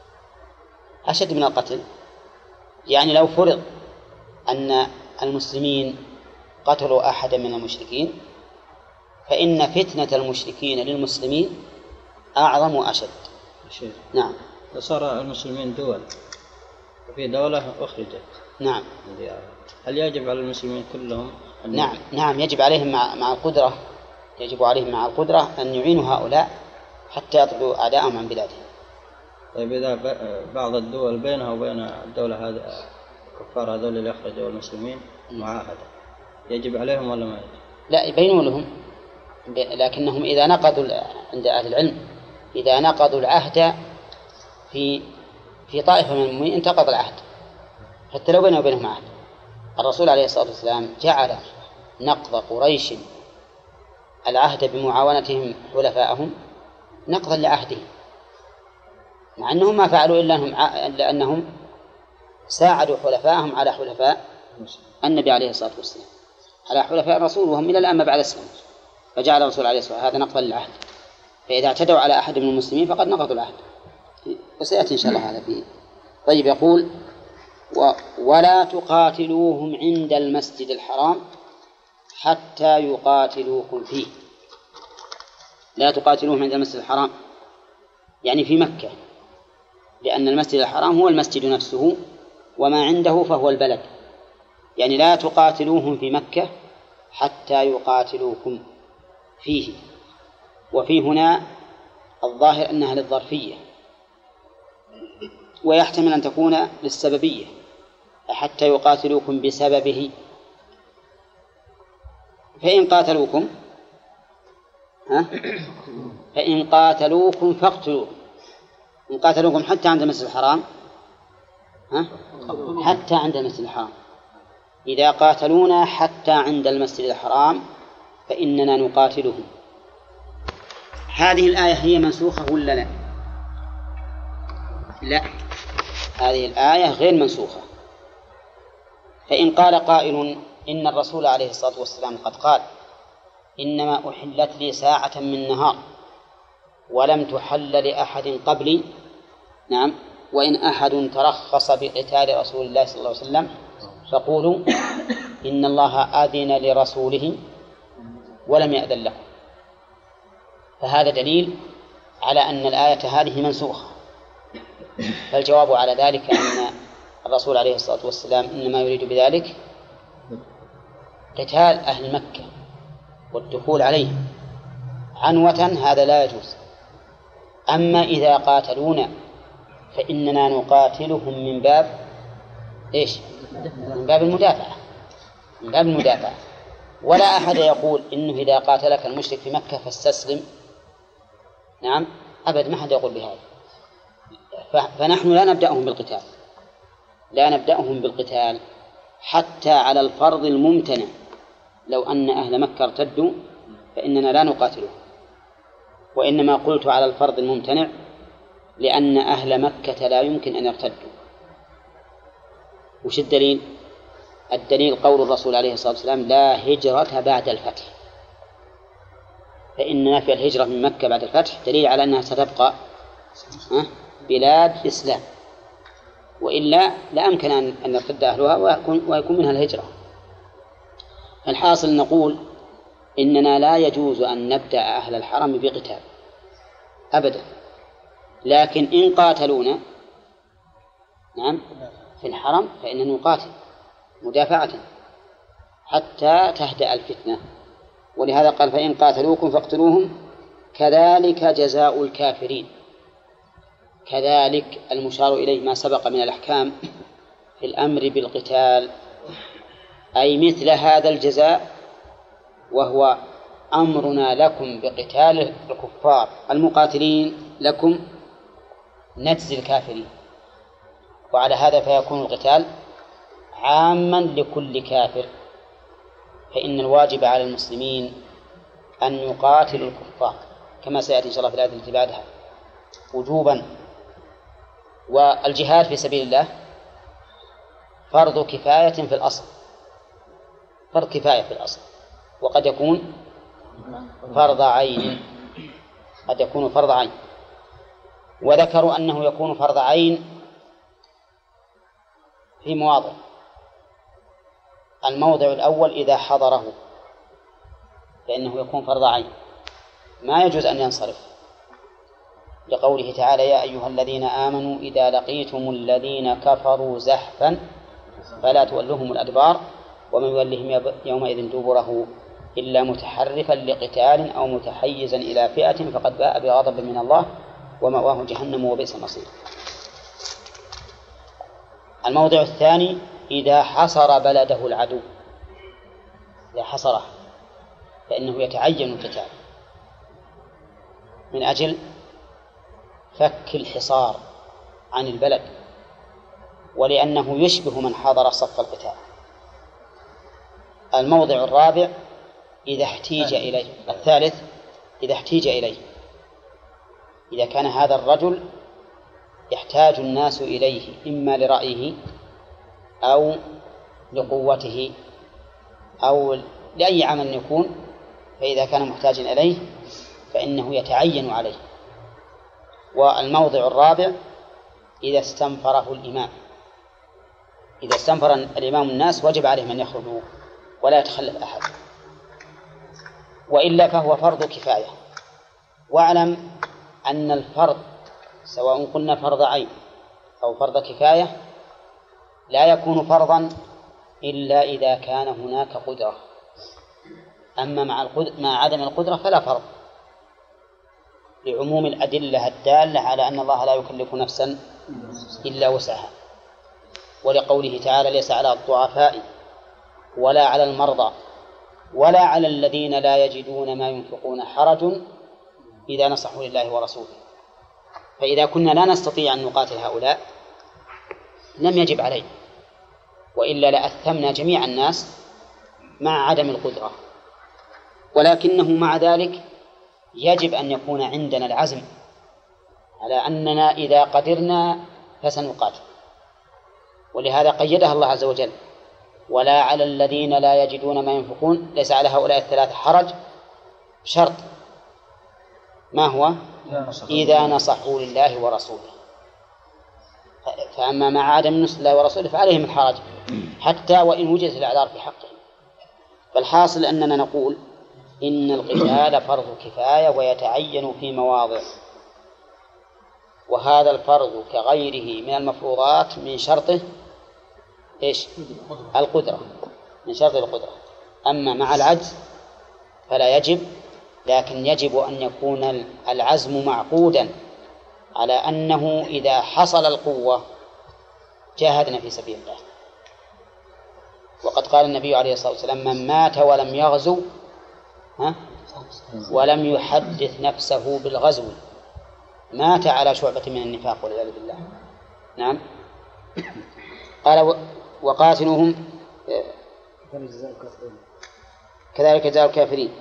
أشد من القتل. يعني لو فرض أن المسلمين قتلوا أحدا من المشركين فإن فتنة المشركين للمسلمين أعظم وأشد. نعم صار المسلمين دول وفي دولة أخرجت. نعم هل يجب على المسلمين كلهم أن نعم نعم يجب عليهم مع مع القدرة يجب عليهم مع القدرة أن يعينوا هؤلاء حتى يطردوا أعداءهم عن بلادهم. طيب إذا بعض الدول بينها وبين الدولة هذا الكفار هذول اللي أخرجوا المسلمين معاهدة، يجب عليهم ولا ما يجب؟ لا يبينوا لهم، لكنهم إذا نقضوا عند أهل العلم إذا نقضوا العهد في في طائفة من المؤمنين انتقض العهد حتى لو بينه وبينهم عهد. الرسول عليه الصلاة والسلام جعل نقض قريش العهد بمعاونتهم حلفاءهم نقضا لعهدهم، مع أنهم ما فعلوا إلا أنهم, إلا أنهم ساعدوا حلفاءهم على حلفاء النبي عليه الصلاة والسلام، على حلفاء الرسول وهم إلى الآن ما بعد الإسلام، فجعل الرسول عليه الصلاة والسلام هذا نقضا للعهد. فإذا اعتدوا على أحد من المسلمين فقد نقضوا العهد، وسيأتي إن شاء الله هذا فيه. طيب يقول و ولا تقاتلوهم عند المسجد الحرام حتى يقاتلوكم فيه. لا تقاتلوهم عند المسجد الحرام يعني في مكة، لأن المسجد الحرام هو المسجد نفسه وما عنده فهو البلد. يعني لا تقاتلوهم في مكة حتى يقاتلوكم فيه. وفي هنا الظاهر أنها للظرفية، ويحتمل أن تكون للسببية حتى يقاتلوكم بسببه. فإن قاتلوكم ها فإن قاتلوكم فاقتلوهم. إن قاتلوكم حتى عند المسجد الحرام ها حتى عند المسجد الحرام. إذا قاتلونا حتى عند المسجد الحرام فإننا نقاتلهم. هذه الآية هي منسوخة ولا لا؟ لا، هذه الآية غير منسوخة. فإن قال قائل إن الرسول عليه الصلاة والسلام قد قال إنما أحلت لي ساعة من نهار ولم تحل لأحد قبلي، نعم، وإن أحد ترخص بقتال رسول الله صلى الله عليه وسلم فقولوا إن الله أذن لرسوله ولم يأذن لكم. فهذا دليل على أن الآية هذه منسوخة. فالجواب على ذلك أن الرسول عليه الصلاة والسلام إنما يريد بذلك قتال أهل مكة والدخول عليهم عنوة، هذا لا يجوز. أما إذا قاتلونا فإننا نقاتلهم من باب إيش؟ من باب المدافعة، من باب المدافعة. ولا أحد يقول إنه إذا قاتلك المشرك في مكة فاستسلم، نعم، أبد، ما حد يقول بهذا. فنحن لا نبدأهم بالقتال، لا نبدأهم بالقتال حتى على الفرض الممتنع. لو أن أهل مكة ارتدوا فإننا لا نقاتلهم، وإنما قلت على الفرض الممتنع لأن أهل مكة لا يمكن أن يرتدوا. وش الدليل؟ الدليل قول الرسول عليه الصلاة والسلام لا هجرة بعد الفتح، فإن نفي الهجرة من مكة بعد الفتح دليل على أنها ستبقى بلاد إسلام، وإلا لا أمكن أن يرتد أهلها ويكون منها الهجرة. الحاصل نقول إننا لا يجوز أن نبدأ أهل الحرم بقتال أبدا، لكن إن قاتلونا نعم في الحرم فإننا نقاتل مدافعة حتى تهدأ الفتنة. ولهذا قال فإن قاتلوكم فاقتلوهم كذلك جزاء الكافرين. كذلك المشار إليه ما سبق من الأحكام في الأمر بالقتال، أي مثل هذا الجزاء، وهو أمرنا لكم بقتال الكفار المقاتلين لكم نجزي الكافرين. وعلى هذا فيكون القتال عاما لكل كافر، فإن الواجب على المسلمين أن يقاتلوا الكفار كما سيأتي إن شاء الله في الآية التي بعدها وجوبا. والجهاد في سبيل الله فرض كفاية في الأصل، فرض كفاية في الأصل، وقد يكون فرض عين، قد يكون فرض عين. وذكروا أنه يكون فرض عين في مواضع. الموضع الأول إذا حضره فإنه يكون فرض عين، ما يجوز أن ينصرف، لقوله تعالى يا أيها الذين آمنوا إذا لقيتم الذين كفروا زحفا فلا تولوهم الأدبار ومن يولهم يومئذ دبره إلا متحرفا لقتال أو متحيزا إلى فئة فقد باء بغضب من الله ومأواه جهنم وبئس المصير. الموضع الثاني إذا حصر بلده العدو، إذا حصره فإنه يتعين القتال من أجل فك الحصار عن البلد، ولأنه يشبه من حضر صف القتال. الموضع الرابع إذا احتيج إليه، الثالث إذا احتيج إليه، إذا كان هذا الرجل يحتاج الناس إليه إما لرأيه أو لقوته أو لأي عمل يكون، فإذا كان محتاجا إليه فإنه يتعين عليه. والموضع الرابع إذا استنفره الإمام، إذا استنفر الإمام الناس وجب عليهم أن يخرجوا ولا يتخلف أحد، وإلا فهو فرض كفاية. واعلم أن الفرض سواء قلنا فرض عين أو فرض كفاية لا يكون فرضا إلا إذا كان هناك قدرة، أما مع, مع عدم القدرة فلا فرض، لعموم الأدلة الدالة على أن الله لا يكلف نفسا إلا وسعها، ولقوله تعالى ليس على الضعفاء ولا على المرضى ولا على الذين لا يجدون ما ينفقون حرج إذا نصحوا لله ورسوله. فإذا كنا لا نستطيع أن نقاتل هؤلاء لم يجب علينا، وإلا لأثمنا جميع الناس مع عدم القدرة. ولكنه مع ذلك يجب أن يكون عندنا العزم على أننا إذا قدرنا فسنقاتل، ولهذا قيدها الله عز وجل ولا على الذين لا يجدون ما ينفقون، ليس على هؤلاء الثلاثة حرج، شرط ما هو؟ إذا نصحوا لله ورسوله. فأما مع عدم النصح لله ورسوله فعليهم الحرج حتى وإن وجدت الأعذار في حقهم. فالحاصل أننا نقول إن القتال فرض كفاية ويتعين في مواضع، وهذا الفرض كغيره من المفروضات من شرطه إيش؟ القدرة، من شرط القدرة. أما مع العجز فلا يجب، لكن يجب أن يكون العزم معقودا على أنه إذا حصل القوة جاهدنا في سبيل الله. وقد قال النبي عليه الصلاة والسلام من مات ولم يغزو ها ولم يحدث نفسه بالغزو مات على شعبة من النفاق والعياذ بالله. نعم. قال وقاتلوهم كذلك جزاء الكافرين.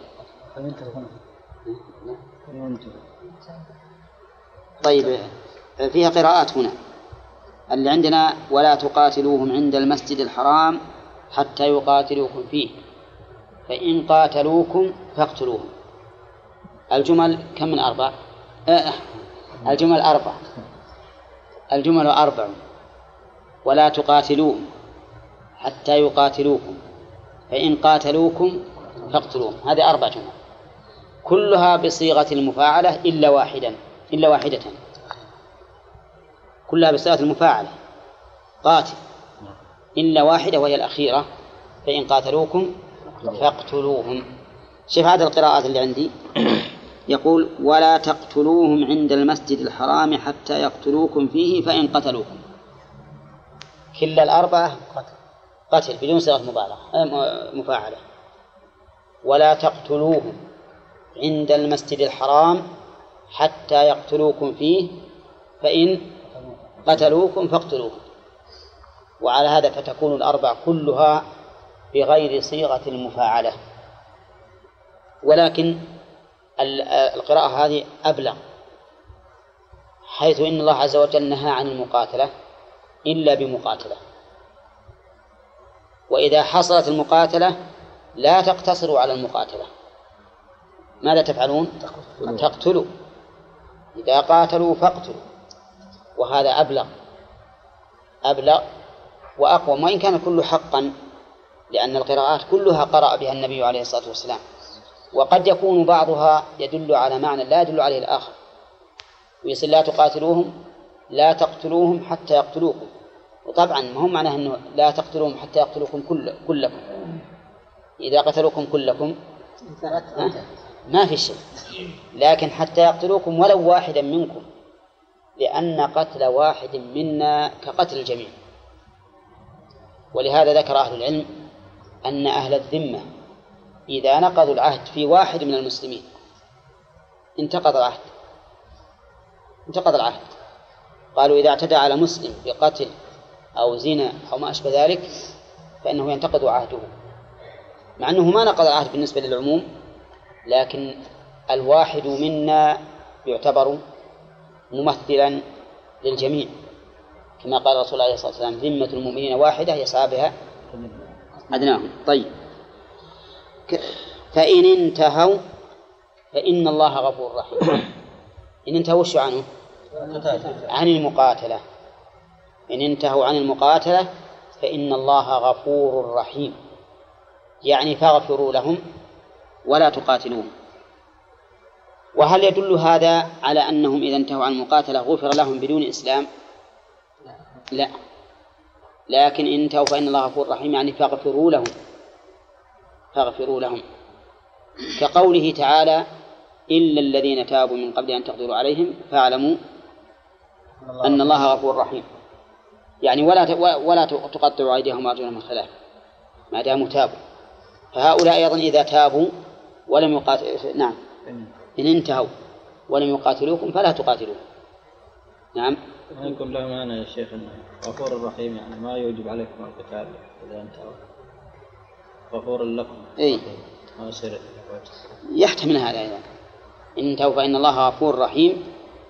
طيب فيها قراءات هنا اللي عندنا ولا تقاتلوهم عند المسجد الحرام حتى يقاتلوكم فيه فإن قاتلوكم فاقتلوهم. الجمل كم من أربع؟ آه الجمل أربع. الجمل أربع. ولا تقاتلوهم حتى يقاتلوكم فإن قاتلوكم فاقتلوهم. هذه أربع جمل كلها بصيغة المفاعلة إلا واحدا إلا واحدة كلها بصيغة المفاعلة قاتل إلا واحدة وهي الأخيرة فإن قاتلوكم فاقتلوهم. شوف هذه القراءات اللي عندي يقول ولا تقتلوهم عند المسجد الحرام حتى يقتلوكم فيه فإن قتلوكم. كل الأربعة قتل بدون صيغة مبالغة مفاعلة. ولا تقتلوهم عند المسجد الحرام حتى يقتلوكم فيه فإن قتلوكم فاقتلوهم. وعلى هذا فتكون الأربع كلها بغير صيغة المفاعلة. ولكن القراءة هذه أبلغ حيث إن الله عز وجل نهى عن المقاتلة إلا بمقاتلة. وإذا حصلت المقاتلة لا تقتصروا على المقاتلة. ماذا تفعلون؟ تقتلوا. إذا قاتلوا فاقتلوا. وهذا أبلغ أبلغ وأقوى وإن كان كله حقا لأن القراءات كلها قرأ بها النبي عليه الصلاة والسلام. وقد يكون بعضها يدل على معنى لا يدل عليه الآخر ويصل لا تقاتلوهم لا تقتلوهم حتى يقتلوكم. وطبعا ما هو معناه أنه لا تقتلوهم حتى يقتلوكم كل كلكم. إذا قتلوكم كلكم ما في شيء لكن حتى يقتلوكم ولو واحدا منكم لأن قتل واحد منا كقتل الجميع. ولهذا ذكر أهل العلم أن أهل الذمة إذا نقضوا العهد في واحد من المسلمين انتقض العهد انتقض العهد. قالوا إذا اعتدى على مسلم بقتل أو زنا أو ما أشبه ذلك فإنه ينتقض عهده مع أنه ما نقض العهد بالنسبة للعموم لكن الواحد منا يعتبر ممثلا للجميع كما قال الرسول عليه الصلاة والسلام ذمة المؤمنين واحدة يسعى بها أدناهم. طيب فإن انتهوا فإن الله غفور رحيم. إن انتهوا شو عنه؟ عن المقاتلة. إن انتهوا عن المقاتلة فإن الله غفور رحيم يعني فاغفروا لهم ولا تقاتلوهم. وهل يدل هذا على أنهم إذا انتهوا عن المقاتلة غفر لهم بدون إسلام؟ لا لكن إن انتهوا فإن الله غفور رحيم يعني فاغفروا لهم فاغفروا لهم كقوله تعالى إلا الذين تابوا من قبل أن تقدروا عليهم فاعلموا أن الله غفور رحيم يعني ولا ولا تقطعوا أيديهم وأرجلهم من خلاف ما داموا تابوا. فهؤلاء أيضا إذا تابوا ولم يقاتلوا نعم إن انتهوا ولم يقاتلوكم فلا تقاتلوهم. نعم منكم له معنى يا شيخ غفور الرحيم يعني ما يوجب عليكم القتال إذا انتهوا غفور لكم إيه ما يصير يحتمل هذا أيضا إن انتهوا فإن الله غفور رحيم.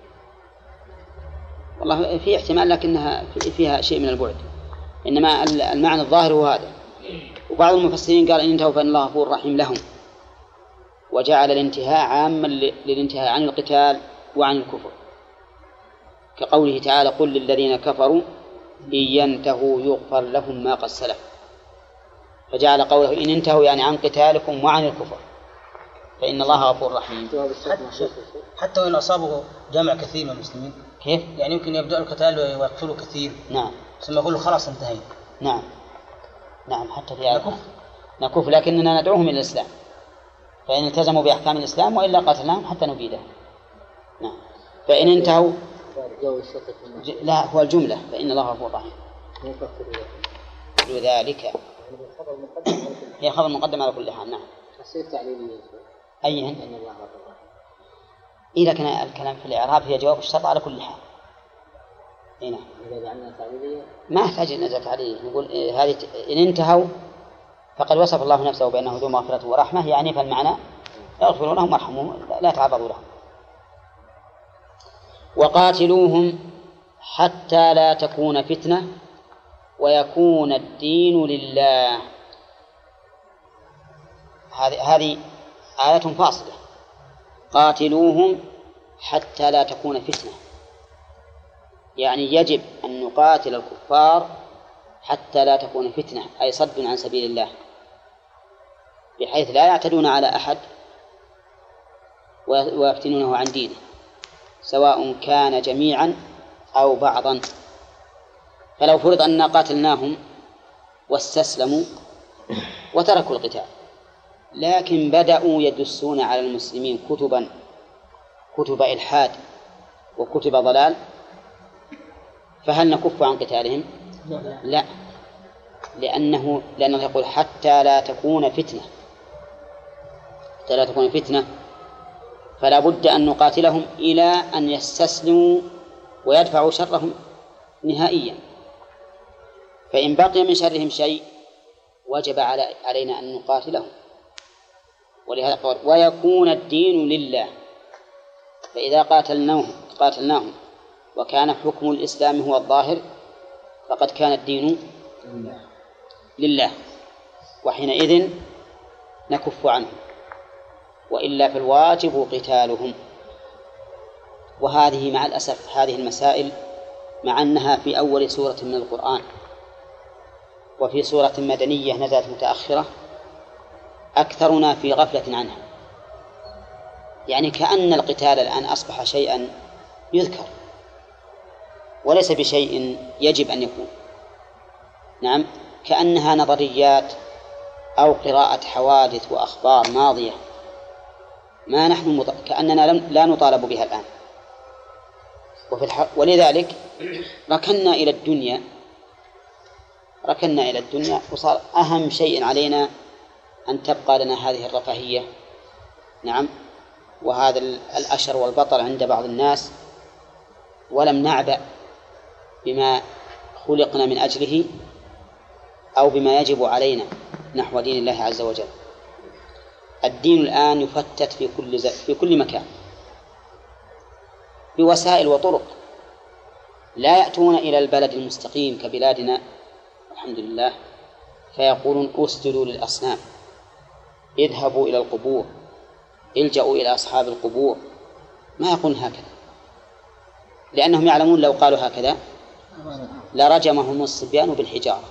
والله في احتمال لكنها فيها شيء من البعد إنما المعنى الظاهر هو هذا. وبعض المفسرين قال إن انتهوا فإن الله غفور رحيم لهم وجعل الانتهاء عاما للانتهاء عن القتال وعن الكفر كقوله تعالى قل للذين كفروا إن ينتهوا يغفر لهم ما قد سلف. فجعل قوله إن انتهوا يعني عن قتالكم وعن الكفر فإن الله غفور رحيم. حتى وإن أصابه جمع كثير من المسلمين كيف؟ يعني يمكن يبدأ القتال ويقتلوا كثير نعم ثم يقول خلاص انتهينا. نعم نعم حتى في نكف نكف لكننا ندعوهم إلى الإسلام فإن التزموا بأحكام الإسلام وإلا قتلناهم حتى نبيدهم. نعم فإن انتهوا ج... لا هو الجملة فإن الله غفور رحيم لذلك هي خبر مقدم على كل حال. نعم أيهن إذا كان الكلام في الإعراب هي جواب الشرط على كل حال هنا إذا جعلنا تعليلية ما يحتاج إلى نزل تعليلي. نقول إيه هذه إن انتهوا فقد وصف الله نفسه بأنه ذو مغفرة ورحمة، يعني فالمعنى اغفروا لهم وارحموهم لا تعرضوا لهم. وقاتلوهم حتى لا تكون فتنة ويكون الدين لله. هذه هذه آية فاصلة. قاتلوهم حتى لا تكون فتنة، يعني يجب أن نقاتل الكفار حتى لا تكون فتنة، أي صد عن سبيل الله، بحيث لا يعتدون على أحد ويفتنونه عن دينه، سواء كان جميعا أو بعضا. فلو فرض أننا قاتلناهم واستسلموا وتركوا القتال، لكن بدأوا يدسون على المسلمين كتبا كتب إلحاد وكتب ضلال، فهل نكف عن قتالهم؟ لا، لأنه لأنه يقول حتى لا تكون فتنة، حتى لا تكون فتنة، فلا بد أن نقاتلهم إلى أن يستسلموا ويدفعوا شرهم نهائيا. فإن بقي من شرهم شيء وجب علينا أن نقاتلهم. ولهذا قال ويكون الدين لله. فإذا قاتلناهم قاتلناهم وكان حكم الإسلام هو الظاهر فقد كان الدين لله، وحينئذ نكف عنهم، وإلا فالواجب قتالهم. وهذه مع الأسف هذه المسائل مع أنها في أول سورة من القرآن وفي سورة مدنية نزلت متأخرة أكثرنا في غفلة عنها، يعني كأن القتال الآن أصبح شيئا يذكر وليس بشيء يجب أن يكون. نعم، كأنها نظريات أو قراءة حوادث وأخبار ماضية، ما نحن مط... كأننا لم... لا نطالب بها الآن. وفي الح... ولذلك ركنا إلى الدنيا ركنا إلى الدنيا وصار أهم شيء علينا أن تبقى لنا هذه الرفاهية. نعم، وهذا الأشر والبطر عند بعض الناس، ولم نعبأ بما خلقنا من أجله أو بما يجب علينا نحو دين الله عز وجل. الدين الآن يفتت في كل ز... في كل مكان بوسائل وطرق، لا يأتون إلى البلد المستقيم كبلادنا الحمد لله فيقولون اسجدوا للأصنام، اذهبوا إلى القبور، الجأوا إلى أصحاب القبور. ما يقولون هكذا، لأنهم يعلمون لو قالوا هكذا لرجمهم الصبيان بالحجارة،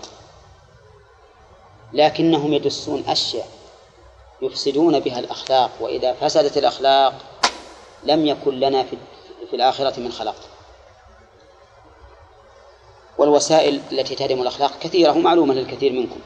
لكنهم يدسون أشياء يفسدون بها الأخلاق، وإذا فسدت الأخلاق لم يكن لنا في في الآخرة من خلاق. والوسائل التي تهدم الأخلاق كثيرة ومعلومة للكثير منكم.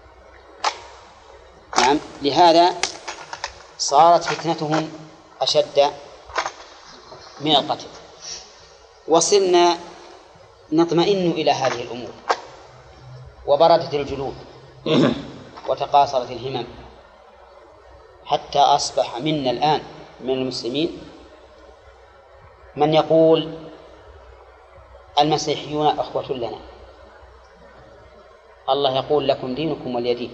نعم، لهذا صارت فتنتهم أشد من القتل، وصلنا نطمئن إلى هذه الأمور، وبردت الجلود وتقاصرت الهمم، حتى أصبح منا الآن من المسلمين من يقول المسيحيون أخوة لنا، الله يقول لكم دينكم ولي دين،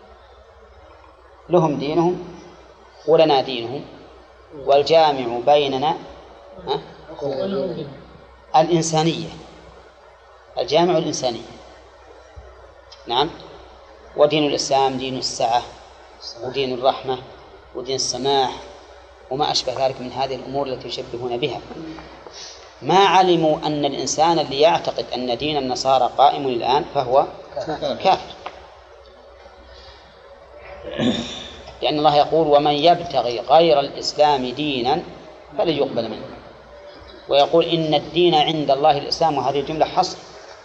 لهم دينهم ولنا دينهم، والجامع بيننا الإنسانية، الجامع الإنسانية. نعم، ودين الإسلام دين السعة ودين الرحمة ودين السماح وما أشبه ذلك من هذه الأمور التي يشبهون بها. ما علموا أن الإنسان اللي يعتقد أن دين النصارى قائم الآن فهو كافر، لأن الله يقول ومن يبتغي غير الإسلام دينا فلن يقبل منه، ويقول إن الدين عند الله الإسلام، وهذه الجملة حصر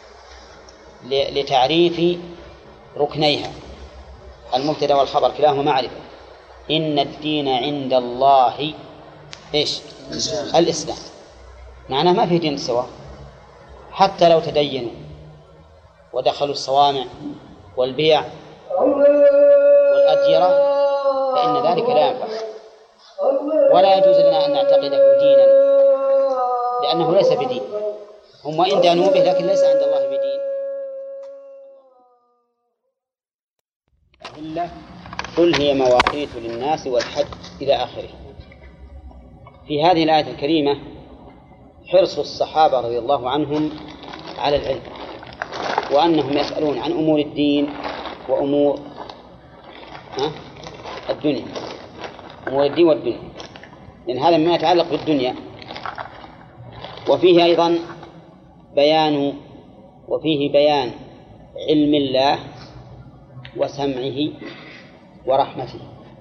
لتعريف ركنيها المبتدأ والخبر كلاهما معرفة. إن الدين عند الله إيش؟ الإسلام، معناه ما في دين سواه، حتى لو تدينوا ودخلوا الصوامع والبيع والأديرة فإن ذلك لا ينفع، ولا يجوز لنا أن نعتقده دينا لأنه ليس بدين، هم وإن دانوا به لكن ليس عند الله بدين. أهلة قل هي مواقيت للناس والحج إلى آخره. في هذه الآية الكريمة حرص الصحابة رضي الله عنهم على العلم، وأنهم يسألون عن أمور الدين وأمور الدنيا، أمور الدين والدنيا، لأن هذا ما يتعلق بالدنيا. وفيه أيضا بيان وفيه بيان علم الله وسمعه ورحمته.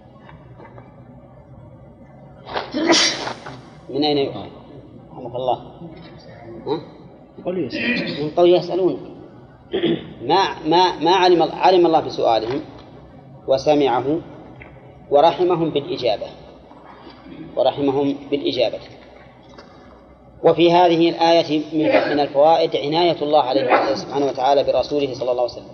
من أين يؤخذ؟ رحمك الله. ها؟ من قول يسألونك. ما ما ما علم علم الله بسؤالهم وسمعه ورحمهم بالإجابة ورحمهم بالإجابة. وفي هذه الآية من الفوائد عناية الله عليه سبحانه وتعالى برسوله صلى الله عليه وسلم،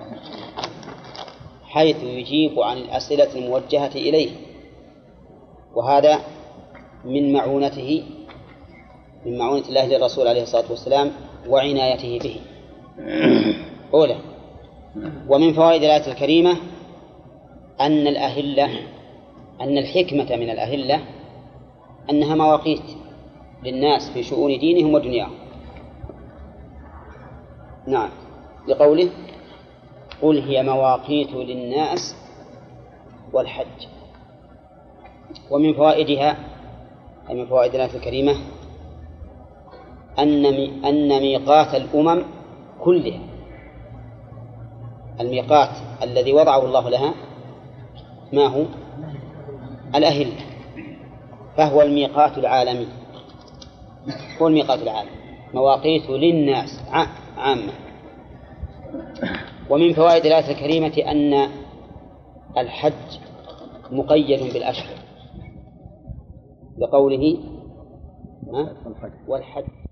حيث يجيب عن الأسئلة الموجهة إليه، وهذا من معونته من معونة الله للرسول عليه الصلاة والسلام وعنايته به. أولا، ومن فوائد الآية الكريمة أن الأهلة أن الحكمة من الأهلة أنها مواقيت للناس في شؤون دينهم ودنياهم. نعم، لقوله قل هي مواقيت للناس والحج. ومن فوائدها أي من فوائد الآية الكريمة أن أن ميقات الأمم كلها، الميقات الذي وضعه الله لها ما هو؟ الأهلة، فهو الميقات العالمي، هو الميقات العالمي، مواقيت للناس عامة. ومن فوائد الآية الكريمة أن الحج مقيد بالأشهر بقوله والحج